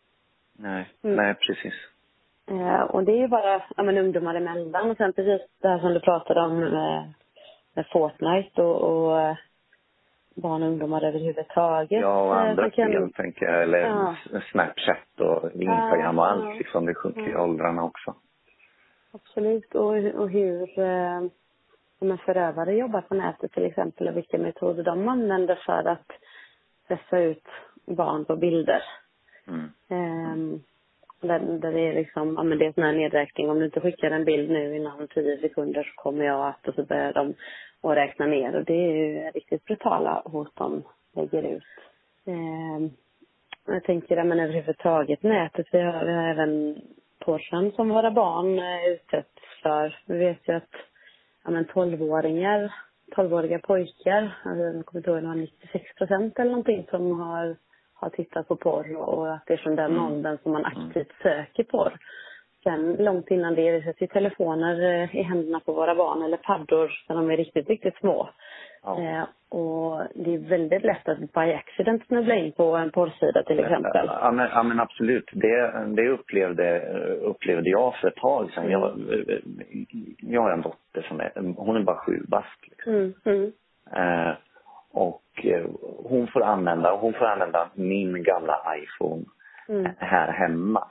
Nej, precis. Och det är ju bara ungdomar emellan. Och sen precis det här som du pratade om med Fortnite och barn och ungdomar överhuvudtaget. Ja, och andra spel tänker jag. Eller Snapchat och Instagram och allt. Liksom, det sjunker i åldrarna också. Absolut. Och hur om en förövare jobbar på nätet till exempel. Och vilka metoder de använder för att pressa ut barn på bilder. Där det är liksom, ja men det är sån här nedräkning. Om du inte skickar en bild nu inom 10 sekunder så kommer jag att, och så börjar de att räkna ner. Och det är ju riktigt brutala hot de lägger ut. Jag tänker, men överhuvudtaget nätet, vi har även porren som våra barn utsätts för. Vi vet ju att 12-åriga pojkar, jag kommer inte ihåg, 96% eller någonting som har tittat på porr, och att det är från den åldern som man aktivt söker porr. Sen långt innan det sätter telefoner i händerna på våra barn eller paddor när de är riktigt, riktigt små. Ja. Och det är väldigt lätt att by accident snubbla in på en porrsida till exempel. Ja men absolut. Det upplevde jag för ett tag sedan. Jag har en dotter som hon är bara 7 bast. Liksom. Och hon får använda min gamla iPhone här hemma.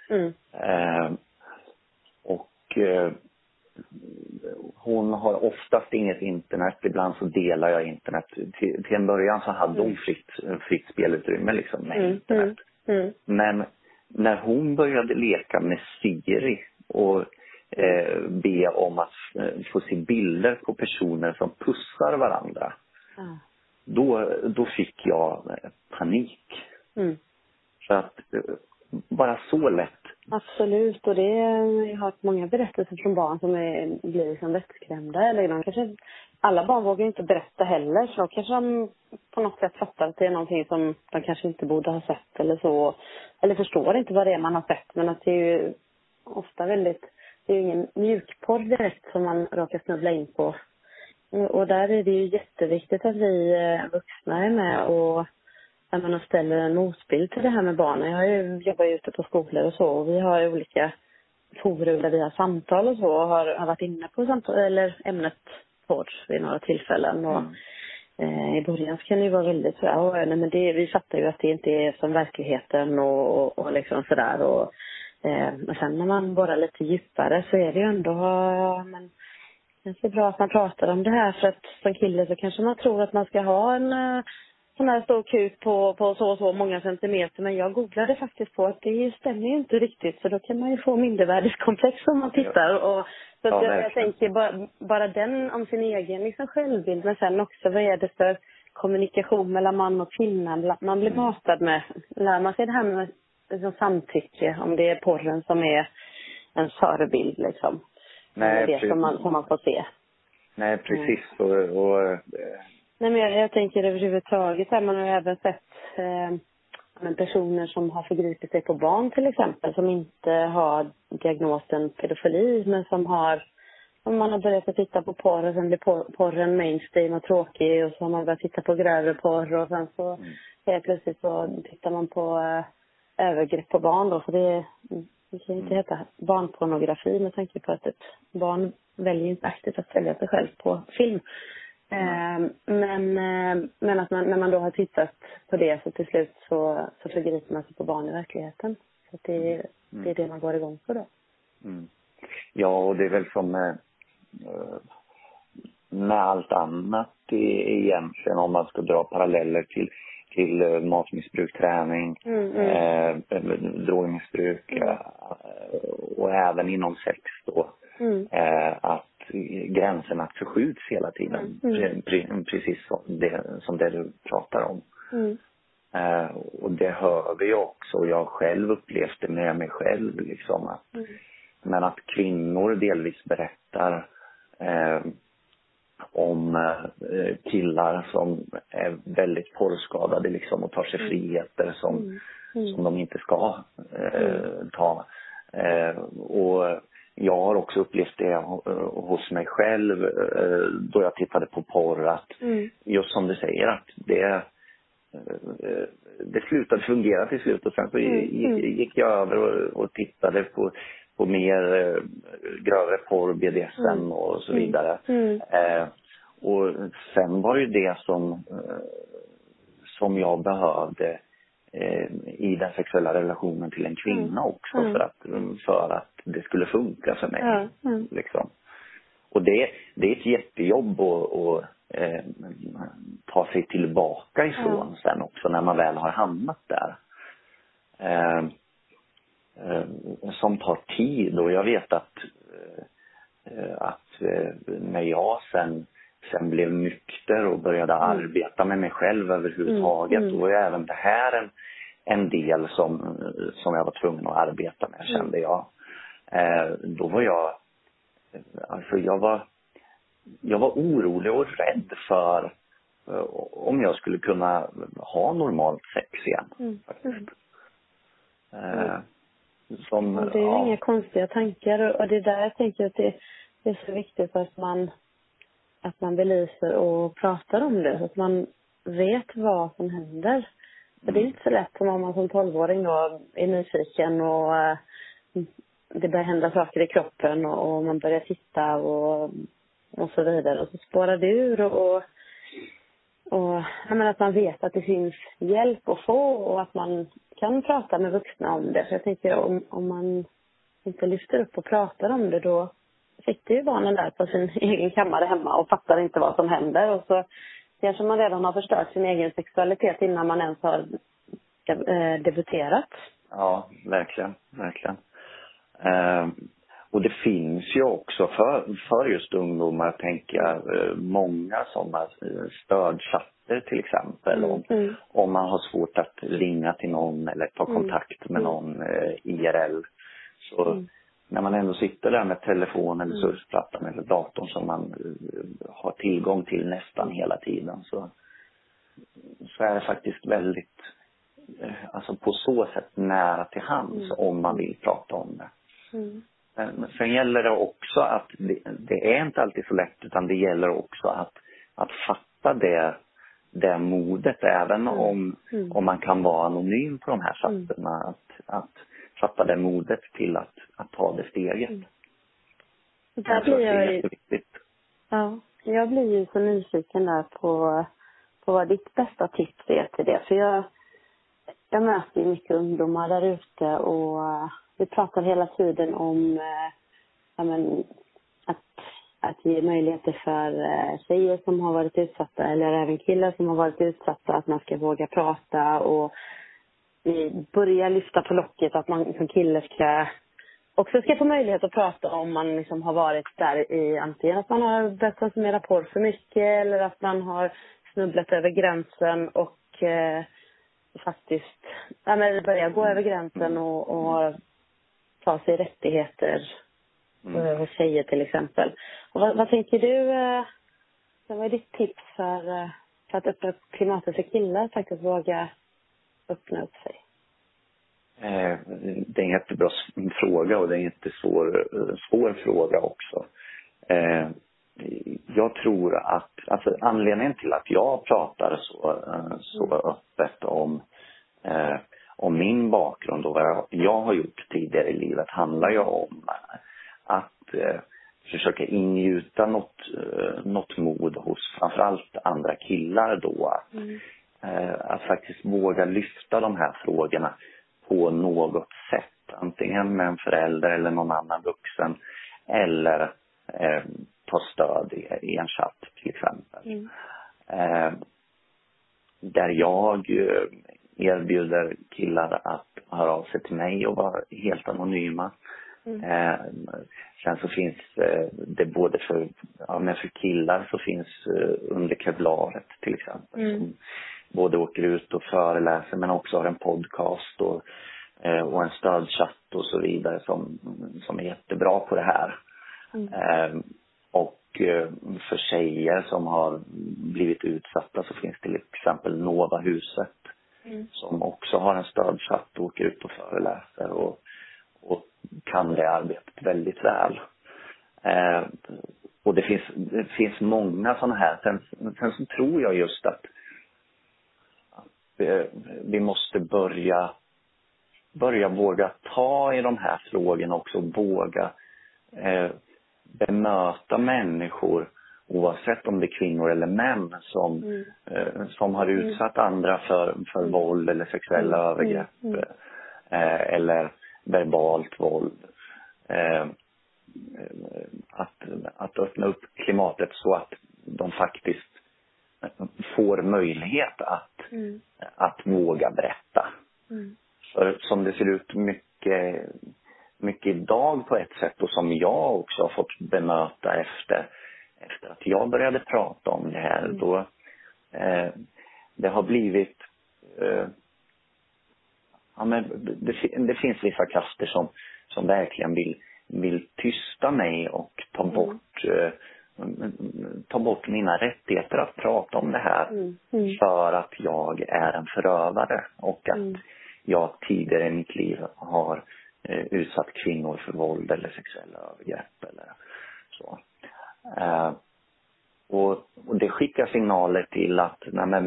Hon har oftast inget internet. Ibland så delar jag internet. Till en början så hade hon fritt spelutrymme liksom med internet. Men när hon började leka med Siri och be om att få se bilder på personer som pussar varandra, då fick jag panik. Så att bara så lätt. Absolut, och jag har hört många berättelser från barn som blir liksom lättskrämda. Eller de kanske, alla barn vågar inte berätta heller, så då kanske de på något sätt fattar att det är någonting som de kanske inte borde ha sett eller så. Eller förstår inte vad det är man har sett, men att det är ju ofta det är ju ingen mjukporr direkt som man råkar snubbla in på. Och där är det ju jätteviktigt att vi vuxna är med och när man ställer en motbild till det här med barnen. Jag jobbar ju ute på skolor och så, och vi har olika forum där vi har samtal och så, och har varit inne på samtal, eller ämnet porr vid några tillfällen. Och i början kan det ju vara väldigt så men vi fattar ju att det inte är som verkligheten och liksom sådär. Och sen när man borrar lite djupare så är det ju ändå, men det är bra att man pratar om det här, för att som kille så kanske man tror att man ska ha en sån här stor kuk på så och så många centimeter. Men jag googlade faktiskt på att det stämmer ju inte riktigt. Så då kan man ju få mindervärdeskomplex om man tittar. Och, så jag tänker bara den om sin egen liksom självbild. Men sen också, vad är det för kommunikation mellan man och kvinna man blir matad med? Lär man sig det här med liksom samtycke, om det är porren som är en förebild liksom? Nej, det som man får se. Nej, precis. Nej, men jag tänker överhuvudtaget här, man har även sett personer som har förgripit sig på barn till exempel, som inte har diagnosen pedofili, men som man har börjat att titta på porr, och sen blir porren mainstream och tråkig, och så har man börjat titta på grövre porr, och sen så helt plötsligt så tittar man på övergrepp på barn då, för det kan inte heta barnpornografi med tanke på att ett barn väljer inte aktivt att sälja sig själv på film. Men att när man då har tittat på det, så till slut så förgriper man sig på barn i verkligheten. Så det är det man går igång på då. Ja, och det är väl som med allt annat egentligen, om man ska dra paralleller till matmissbruk, träning, drogmissbruk, och även inom sex då, att gränserna förskjuts hela tiden, precis som det du pratar om. Och det hör vi också, och jag har själv upplevt det med mig själv liksom, men att kvinnor delvis berättar om killar som är väldigt porrskadade liksom, och tar sig friheter som de inte ska ta. Och jag har också upplevt det hos mig själv då jag tittade på porr, att just som du säger, att det slutade fungera till slut, och sen så gick jag över och tittade på mer grövre porr, BDSM och så vidare. Och sen var ju det som jag behövde i den sexuella relationen till en kvinna också, för att det skulle funka för mig. Liksom. Och det är ett jättejobb att ta sig tillbaka ifrån sen också, när man väl har hamnat där. som tar tid. Och jag vet att när jag sen blev nykter och började arbeta med mig själv överhuvudtaget, då är även det här en del som jag var tvungen att arbeta med, kände jag. Då var jag var orolig och rädd för om jag skulle kunna ha normalt sex igen, faktiskt. Och det är ju inga konstiga tankar, och det är där jag tänker att det är så viktigt att man belyser och pratar om det, så att man vet vad som händer. För det är inte så lätt om man som 12-åring då är nyfiken och det börjar hända saker i kroppen och man börjar titta och så vidare, och så spårar det ur och jag menar att man vet att det finns hjälp att få och att man kan prata med vuxna om det. Så jag tänker om man inte lyfter upp och pratar om det, då sitter ju barnen där på sin egen kammare hemma och fattar inte vad som händer, och så kanske man redan har förstört sin egen sexualitet innan man ens har debuterat. Ja, verkligen. Och det finns ju också för just ungdomar, tänker jag, många sådana stödchatter till exempel. Om man har svårt att ringa till någon eller ta kontakt med någon IRL. Så när man ändå sitter där med telefon eller surfplattan eller datorn som man har tillgång till nästan hela tiden, så är det faktiskt väldigt, alltså på så sätt nära till hands om man vill prata om det. Men sen gäller det också att det är inte alltid så lätt, utan det gäller också att fatta det modet, även om man kan vara anonym på de här chatterna, att fatta det modet till att ta det steget. Där blir jag blir ju så nyfiken där på vad ditt bästa tips är till det. För jag möter ju mycket ungdomar där ute, och vi pratar hela tiden om att ge möjligheter för tjejer som har varit utsatta, eller även killar som har varit utsatta, att man ska våga prata och börja lyfta på locket, att man som kille också ska få möjlighet att prata om man liksom har varit där i antingen att man har börjat konsumera porr för mycket, eller att man har snubblat över gränsen och faktiskt börja gå över gränsen och ta sig rättigheter hos tjejer till exempel. Och vad tänker du, vad är ditt tips för att öppna upp klimatet för killar, faktiskt våga öppna upp sig? Det är en jättebra fråga, och det är en jättesvår fråga också. Jag tror att anledningen till att jag pratar så öppet om min bakgrund och vad jag har gjort tidigare i livet handlar ju om att försöka ingjuta något mod hos framförallt andra killar då. Att faktiskt våga lyfta de här frågorna på något sätt. Antingen med en förälder eller någon annan vuxen. Eller ta stöd i en chatt till exempel. Där jag erbjuder killar att höra av sig till mig och vara helt anonyma. Sen så finns det både för killar, så finns under Kevlaret till exempel, som både åker ut och föreläser, men också har en podcast och en stödchatt och så vidare som är jättebra på det här. Och för tjejer som har blivit utsatta så finns till exempel Novahuset som också har en stödchatt och åker ut och föreläser och kan det arbetet väldigt väl. Och det finns många sådana här. Sen så tror jag just att vi måste börja våga ta i de här frågorna också, våga bemöta människor, oavsett om det är kvinnor eller män som har utsatt andra för våld eller sexuella övergrepp eller verbalt våld. Att öppna upp klimatet så att de faktiskt får möjlighet att våga berätta. För som det ser ut mycket mycket idag på ett sätt, och som jag också har fått bemöta efter att jag började prata om det här. Då det har blivit det finns vissa krafter som verkligen vill tysta mig och ta bort mina rättigheter att prata om det här, för att jag är en förövare och att jag tidigare i mitt liv har utsatt kvinnor för våld eller sexuella övergrepp eller så. Och det skickar signaler till att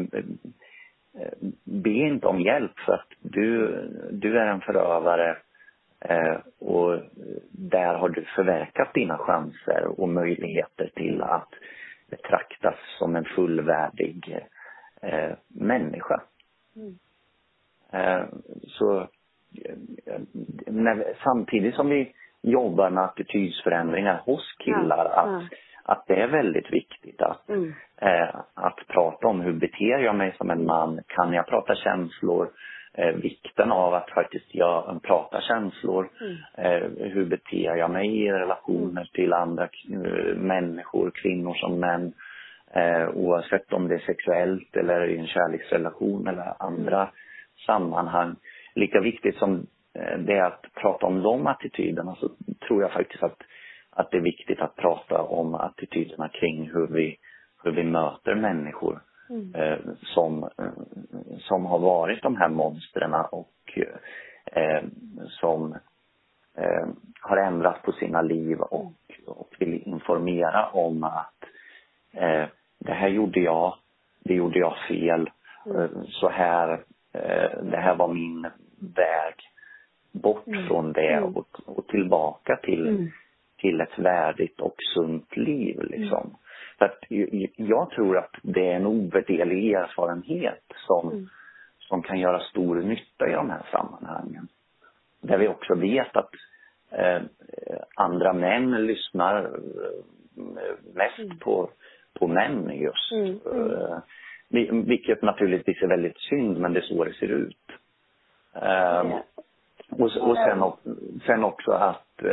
be inte om hjälp, för att du är en förövare, och där har du förverkat dina chanser och möjligheter till att betraktas som en fullvärdig människa. Så samtidigt som vi jobbar med attitydsförändringar hos killar, att det är väldigt viktigt att prata om hur beter jag mig som en man, kan jag prata känslor, vikten av att faktiskt prata känslor, hur beter jag mig i relationer till andra människor, kvinnor som män, oavsett om det är sexuellt eller i en kärleksrelation eller andra sammanhang. Lika viktigt som det är att prata om de attityderna, så tror jag faktiskt att det är viktigt att prata om attityderna kring hur vi möter människor som har varit de här monsterna och som har ändrat på sina liv och vill informera om att det här gjorde jag fel, så här, det här var min väg bort från det och tillbaka till ett värdigt och sunt liv liksom. Så att jag tror att det är en ovärderlig erfarenhet som kan göra stor nytta i de här sammanhangen. Där vi också vet att andra män lyssnar mest på män just. Vilket naturligtvis är väldigt synd, men det är så det ser ut. Och sen också att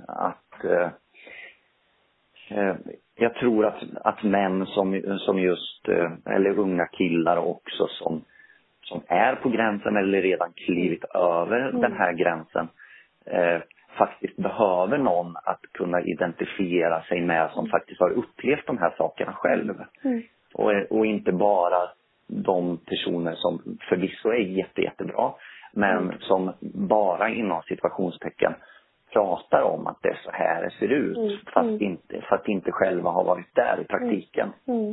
jag tror att män som just, eller unga killar också som är på gränsen eller redan klivit över den här gränsen, faktiskt behöver någon att kunna identifiera sig med som faktiskt har upplevt de här sakerna själv. Och inte bara de personer som förvisso är jättebra, men som bara inom situationstecken pratar om att det är så här det ser ut, fast inte själva har varit där i praktiken.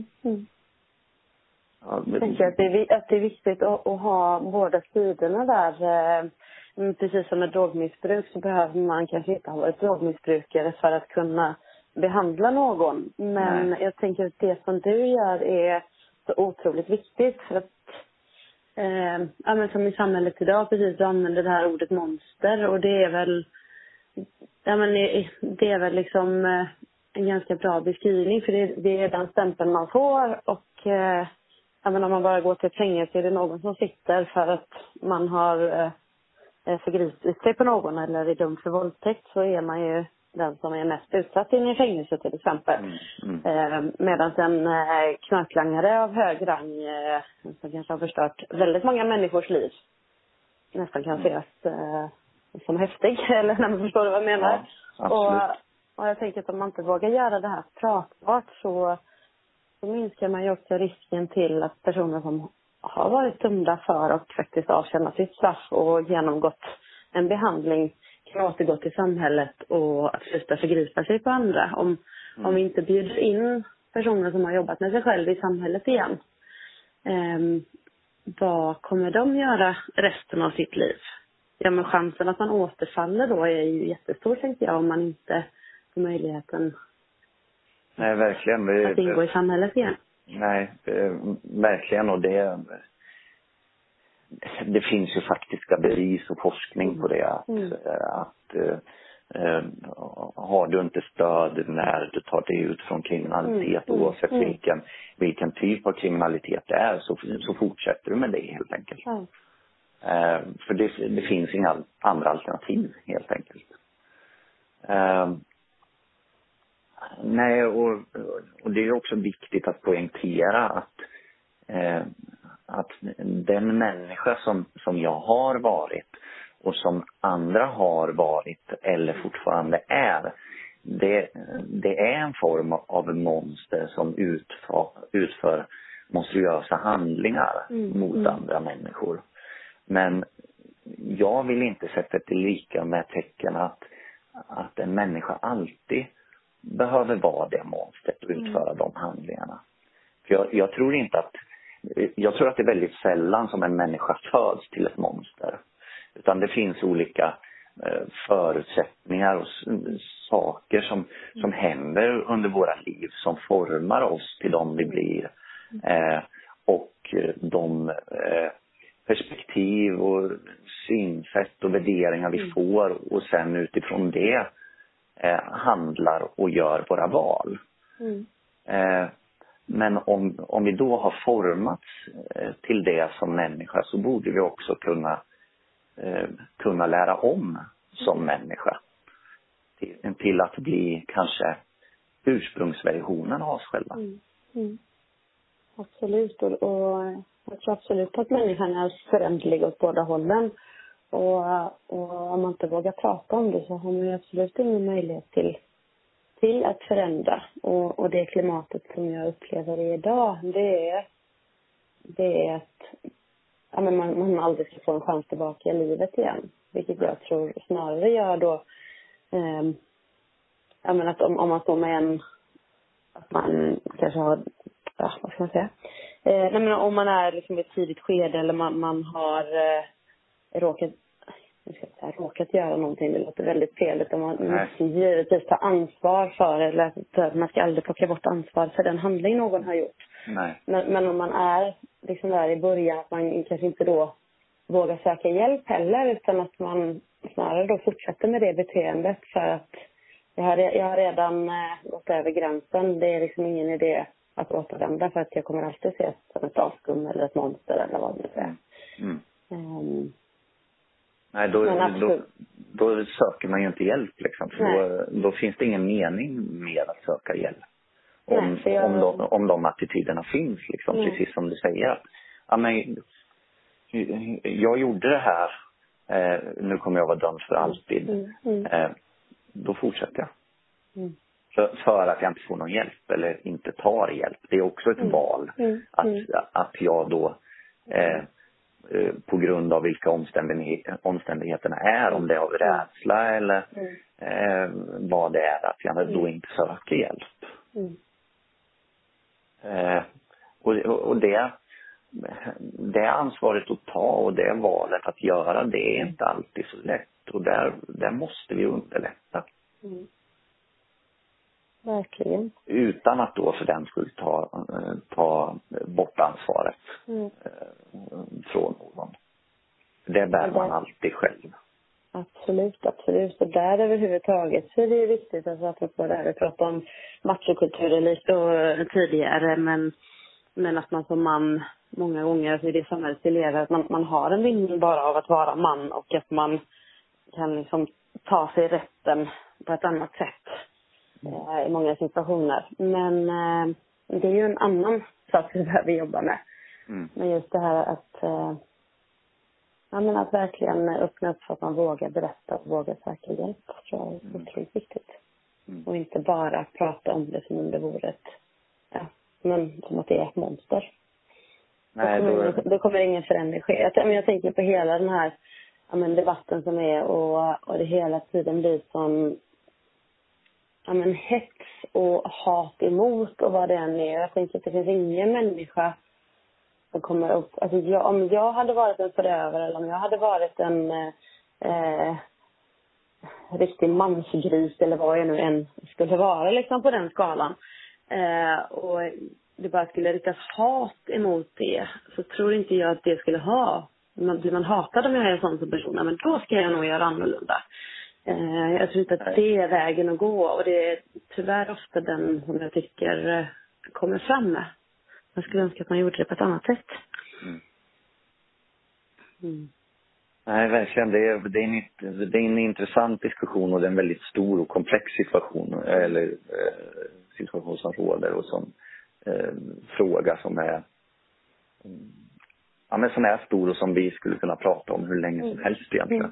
Jag tänker att det är viktigt att ha båda sidorna där. Precis som med drogmissbruk så behöver man kanske inte ha varit drogmissbrukare för att kunna behandla någon. Men jag tänker att det som du gör är så otroligt viktigt, för att men som i samhället idag, precis, du använder det här ordet monster, och det är väl liksom en ganska bra beskrivning, för det är den stämpeln man får. Och om man bara går till ett fängelse, är det någon som sitter för att man har förgripit sig på någon eller är dömd för våldtäkt, så är man ju den som är mest utsatt in i fängelse till exempel. Medan en knarklangare av hög rang som kanske har förstört väldigt många människors liv nästan kan ses som häftig, eller när man förstår vad jag menar. Och jag tänker att om man inte vågar göra det här pratbart, så minskar man ju också risken till att personer som har varit dömda för och faktiskt avtjänat sitt straff och genomgått en behandling kan återgå till samhället och att sluta förgripa sig på andra. Om vi inte bjuder in personer som har jobbat med sig själv i samhället igen, vad kommer de göra resten av sitt liv? Ja, men chansen att man återfaller då är ju jättestor, tänker jag, om man inte får möjligheten. Nej, verkligen. Att ingå i samhället igen. Nej, verkligen. Och det finns ju faktiska bevis och forskning på det. Att har du inte stöd när du tar dig ut från kriminalitet, oavsett vilken typ av kriminalitet det är, så fortsätter du med det helt enkelt. För det finns inga andra alternativ helt enkelt. Nej, och det är också viktigt att poängtera att den människa som jag har varit och som andra har varit eller fortfarande är, det är en form av monster som utför monstruösa handlingar mot andra människor. Men jag vill inte sätta ett lika med tecken att en människa alltid behöver vara det monstret och utföra de handlingarna. För jag tror att det är väldigt sällan som en människa föds till ett monster. Utan det finns olika förutsättningar och saker som händer under våra liv som formar oss till de vi blir. Och de perspektiv och synsätt och värderingar vi får och sen utifrån det handlar och gör våra val. Men om vi då har formats till det som människa, så borde vi också kunna lära om som människa till att bli kanske ursprungsversionen av oss själva. Absolut, och jag tror absolut att människan är förändlig åt båda hållen. Och om man inte vågar prata om det, så har man ju absolut ingen möjlighet till att förändra. Och det klimatet som jag upplever idag, det är att man aldrig ska få en chans tillbaka i livet igen. Vilket jag tror snarare gör då att om man står med en, att man kanske har, vad ska man säga? Om man är liksom i ett tidigt skede, eller man har råkat göra någonting, det låter väldigt fel, utan man måste givetvis ta ansvar för, eller man ska aldrig plocka bort ansvar för den handling någon har gjort. Nej. Men om man är liksom där i början, att man kanske inte då vågar söka hjälp heller, utan att man snarare då fortsätter med det beteendet för att jag har redan gått över gränsen. Det är liksom ingen idé att återvända, för att jag kommer alltid ses som ett avskum eller ett monster eller vad det är. Nej, då söker man ju inte hjälp liksom. För då finns det ingen mening med att söka hjälp. Om de attityderna finns liksom, precis som du säger. Jag gjorde det här, nu kommer jag vara dömd för alltid. Då fortsätter jag. För att jag inte får någon hjälp eller inte tar hjälp. Det är också ett val. Att jag då på grund av vilka omständigheterna är, om det är av rädsla eller vad det är, att jag då inte söker hjälp. Och det ansvaret att ta och det valet att göra, det är inte alltid så lätt. Och där måste vi underlätta. Verkligen. Utan att då för den skulle ta bort ansvaret från någon. Det bär man alltid själv. Absolut. Och där överhuvudtaget så är det viktigt att vi får det här. Vi pratade om machokulturer lite tidigare, men att man som man många gånger i det samhället vi lever, att man har en vinning bara av att vara man, och att man kan liksom ta sig rätten på ett annat sätt i många situationer. Men det är ju en annan sak vi behöver jobba med. Men just det här att verkligen öppna upp för att man vågar berätta och vågar söka hjälp, tror jag är otroligt viktigt. Och inte bara prata om det som om det vore men som att det är ett monster. Nej, då kommer ingen förändring ske. Jag tänker på hela den här debatten som är, och det hela tiden blir som hets och hat emot och vad det än är. Jag tänker att det finns ingen människa som kommer upp. Alltså om jag hade varit en förövare, eller om jag hade varit en riktig mansgris, eller vad jag nu än skulle vara liksom på den skalan, och det bara skulle riktas hat emot det, så tror inte jag att det skulle blir man hatad om jag är en sån person, men då ska jag nog göra annorlunda. Jag tror inte att det är vägen att gå, och det är tyvärr ofta den som jag tycker kommer fram med. Jag skulle önska att man gjorde det på ett annat sätt. Nej, verkligen. Det är en intressant diskussion och det är en väldigt stor och komplex situation eller situation som råder och som fråga som är men som är stor och som vi skulle kunna prata om hur länge som helst egentligen.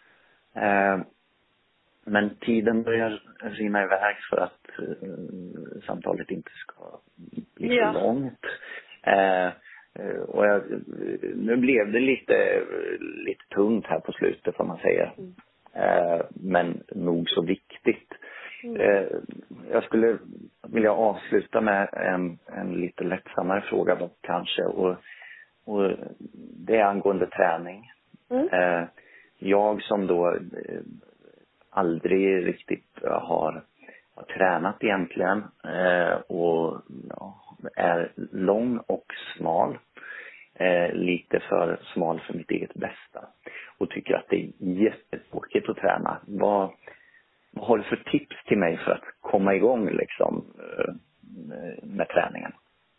Men tiden börjar rinna iväg för att samtalet inte ska bli för långt. Och nu blev det lite tungt här på slutet, får man säga. Men nog så viktigt. Jag skulle vilja avsluta med en lite lättsammare fråga då, kanske. Och det är angående träning. Jag som då aldrig riktigt har tränat egentligen och är lång och smal. Lite för smal för mitt eget bästa. Och tycker att det är jättetråkigt att träna. Vad har du för tips till mig för att komma igång liksom med träningen?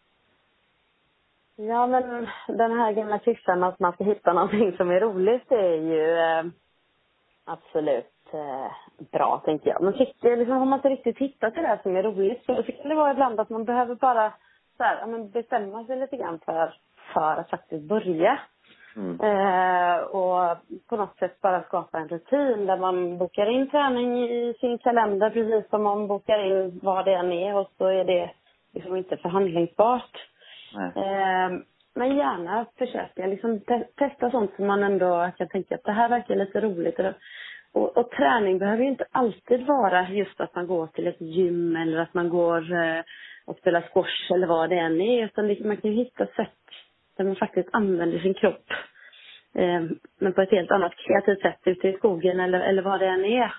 Ja, men den här gamla klyschan att man ska hitta någonting som är roligt, det är ju absolut bra, tänker jag. Men liksom, har man inte riktigt hittat det där som är roligt, så kan det vara ibland att man behöver bara så här, bestämma sig lite grann för att faktiskt börja. Och på något sätt bara skapa en rutin där man bokar in träning i sin kalender, precis som man bokar in vad det än är, och så är det liksom inte förhandlingsbart. Men gärna försöka liksom testa sånt som man ändå kan tänka att det här verkar lite roligt. Och träning behöver ju inte alltid vara just att man går till ett gym eller att man går och spelar squash eller vad det än är. Utan man kan ju hitta sätt där man faktiskt använder sin kropp. Men på ett helt annat kreativt sätt ute i skogen eller vad det än är.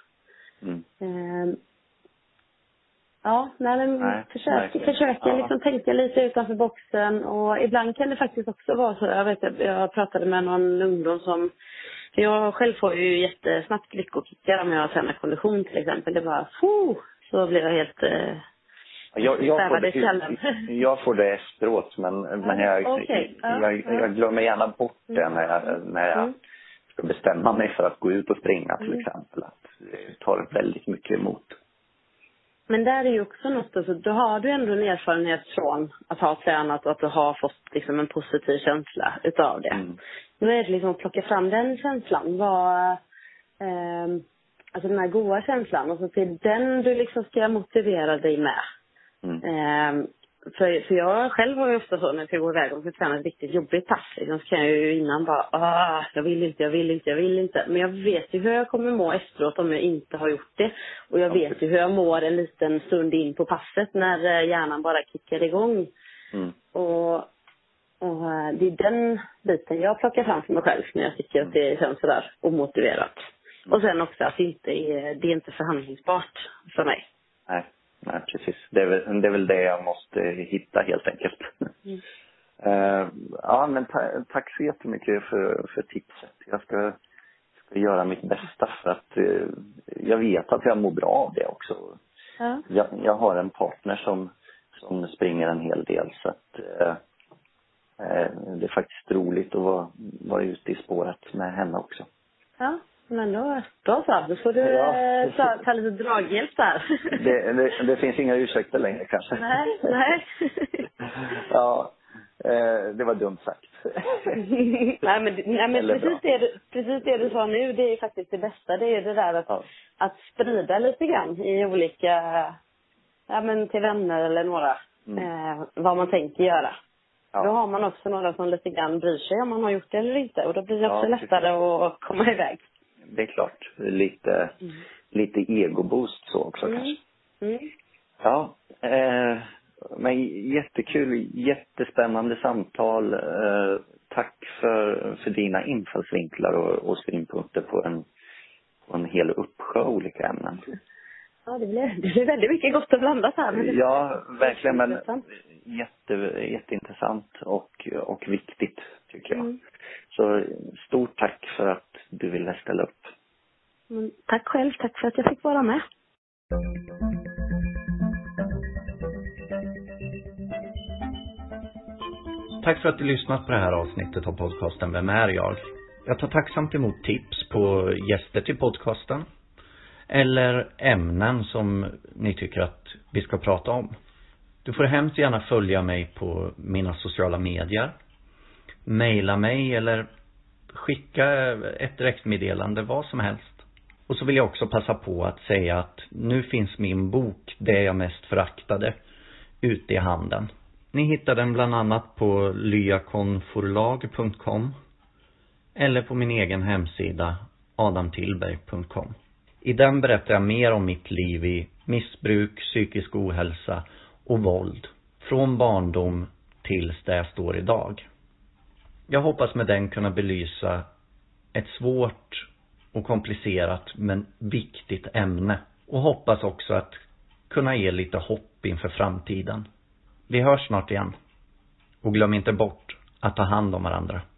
Försöka liksom tänka lite utanför boxen. Och ibland kan det faktiskt också vara så. Jag pratade med någon ungdom som... Jag själv får ju jättesnabbt lyckokickar om jag tränar kondition till exempel. Det bara... så blir jag helt... Jag får det efteråt, men jag glömmer gärna bort det när jag ska bestämma mig för att gå ut och springa till exempel. Att det tar väldigt mycket emot. Men där är ju också något, alltså, då har du ändå en erfarenhet från att ha tränat och att du har fått liksom en positiv känsla utav det. Nu är det liksom att plocka fram den känslan, alltså den här goda känslan, och så till den du liksom ska motivera dig med. För jag själv har ju ofta så när jag ska gå iväg och ska träna ett riktigt jobbigt pass. Liksom, så kan jag ju innan bara, jag vill inte. Men jag vet ju hur jag kommer må efteråt om jag inte har gjort det. Och jag vet ju hur jag mår en liten stund in på passet när hjärnan bara kickar igång. Och det är den biten jag plockar fram för mig själv när jag tycker att det känns sådär omotiverat. Och sen också att det är inte förhandlingsbart för mig. Nej, precis. Det är väl det jag måste hitta helt enkelt. Men tack så jättemycket för tipset. Jag ska göra mitt bästa för att jag vet att jag mår bra av det också. Jag har en partner som springer en hel del, så att det är faktiskt roligt att vara ute i spåret med henne också. Ja. Men då får du ta lite draghjälp där. Det finns inga ursäkter längre kanske. Nej. Det var dumt sagt. nej men precis det du sa nu, det är faktiskt det bästa. Det är det där att sprida lite grann i olika, till vänner eller några, vad man tänker göra. Då har man också några som lite grann bryr sig om man har gjort det eller inte. Och då blir det också lättare att komma iväg. Det är klart. Lite egoboost så också kanske. Ja, men jättekul, jättespännande samtal. Tack för dina infallsvinklar och synpunkter på en hel uppsjö olika ämnen. Ja, det blir väldigt mycket gott att blanda här. Ja, verkligen, men jätteintressant och viktigt tycker jag. Så stort tack för att du ville ställa upp. Tack själv, tack för att jag fick vara med. Tack för att du lyssnat på det här avsnittet av podcasten Vem är jag? Jag tar tacksamt emot tips på gäster till podcasten eller ämnen som ni tycker att vi ska prata om. Du får hemskt gärna följa mig på mina sociala medier, mejla mig eller skicka ett direktmeddelande, vad som helst. Och så vill jag också passa på att säga att nu finns min bok Det jag mest föraktade ute i handeln. Ni hittar den bland annat på lyakonforlag.com eller på min egen hemsida adamtillberg.com. I den berättar jag mer om mitt liv i missbruk, psykisk ohälsa och våld. Från barndom tills där jag står idag. Jag hoppas med den kunna belysa ett svårt och komplicerat men viktigt ämne. Och hoppas också att kunna ge lite hopp inför framtiden. Vi hörs snart igen. Och glöm inte bort att ta hand om varandra.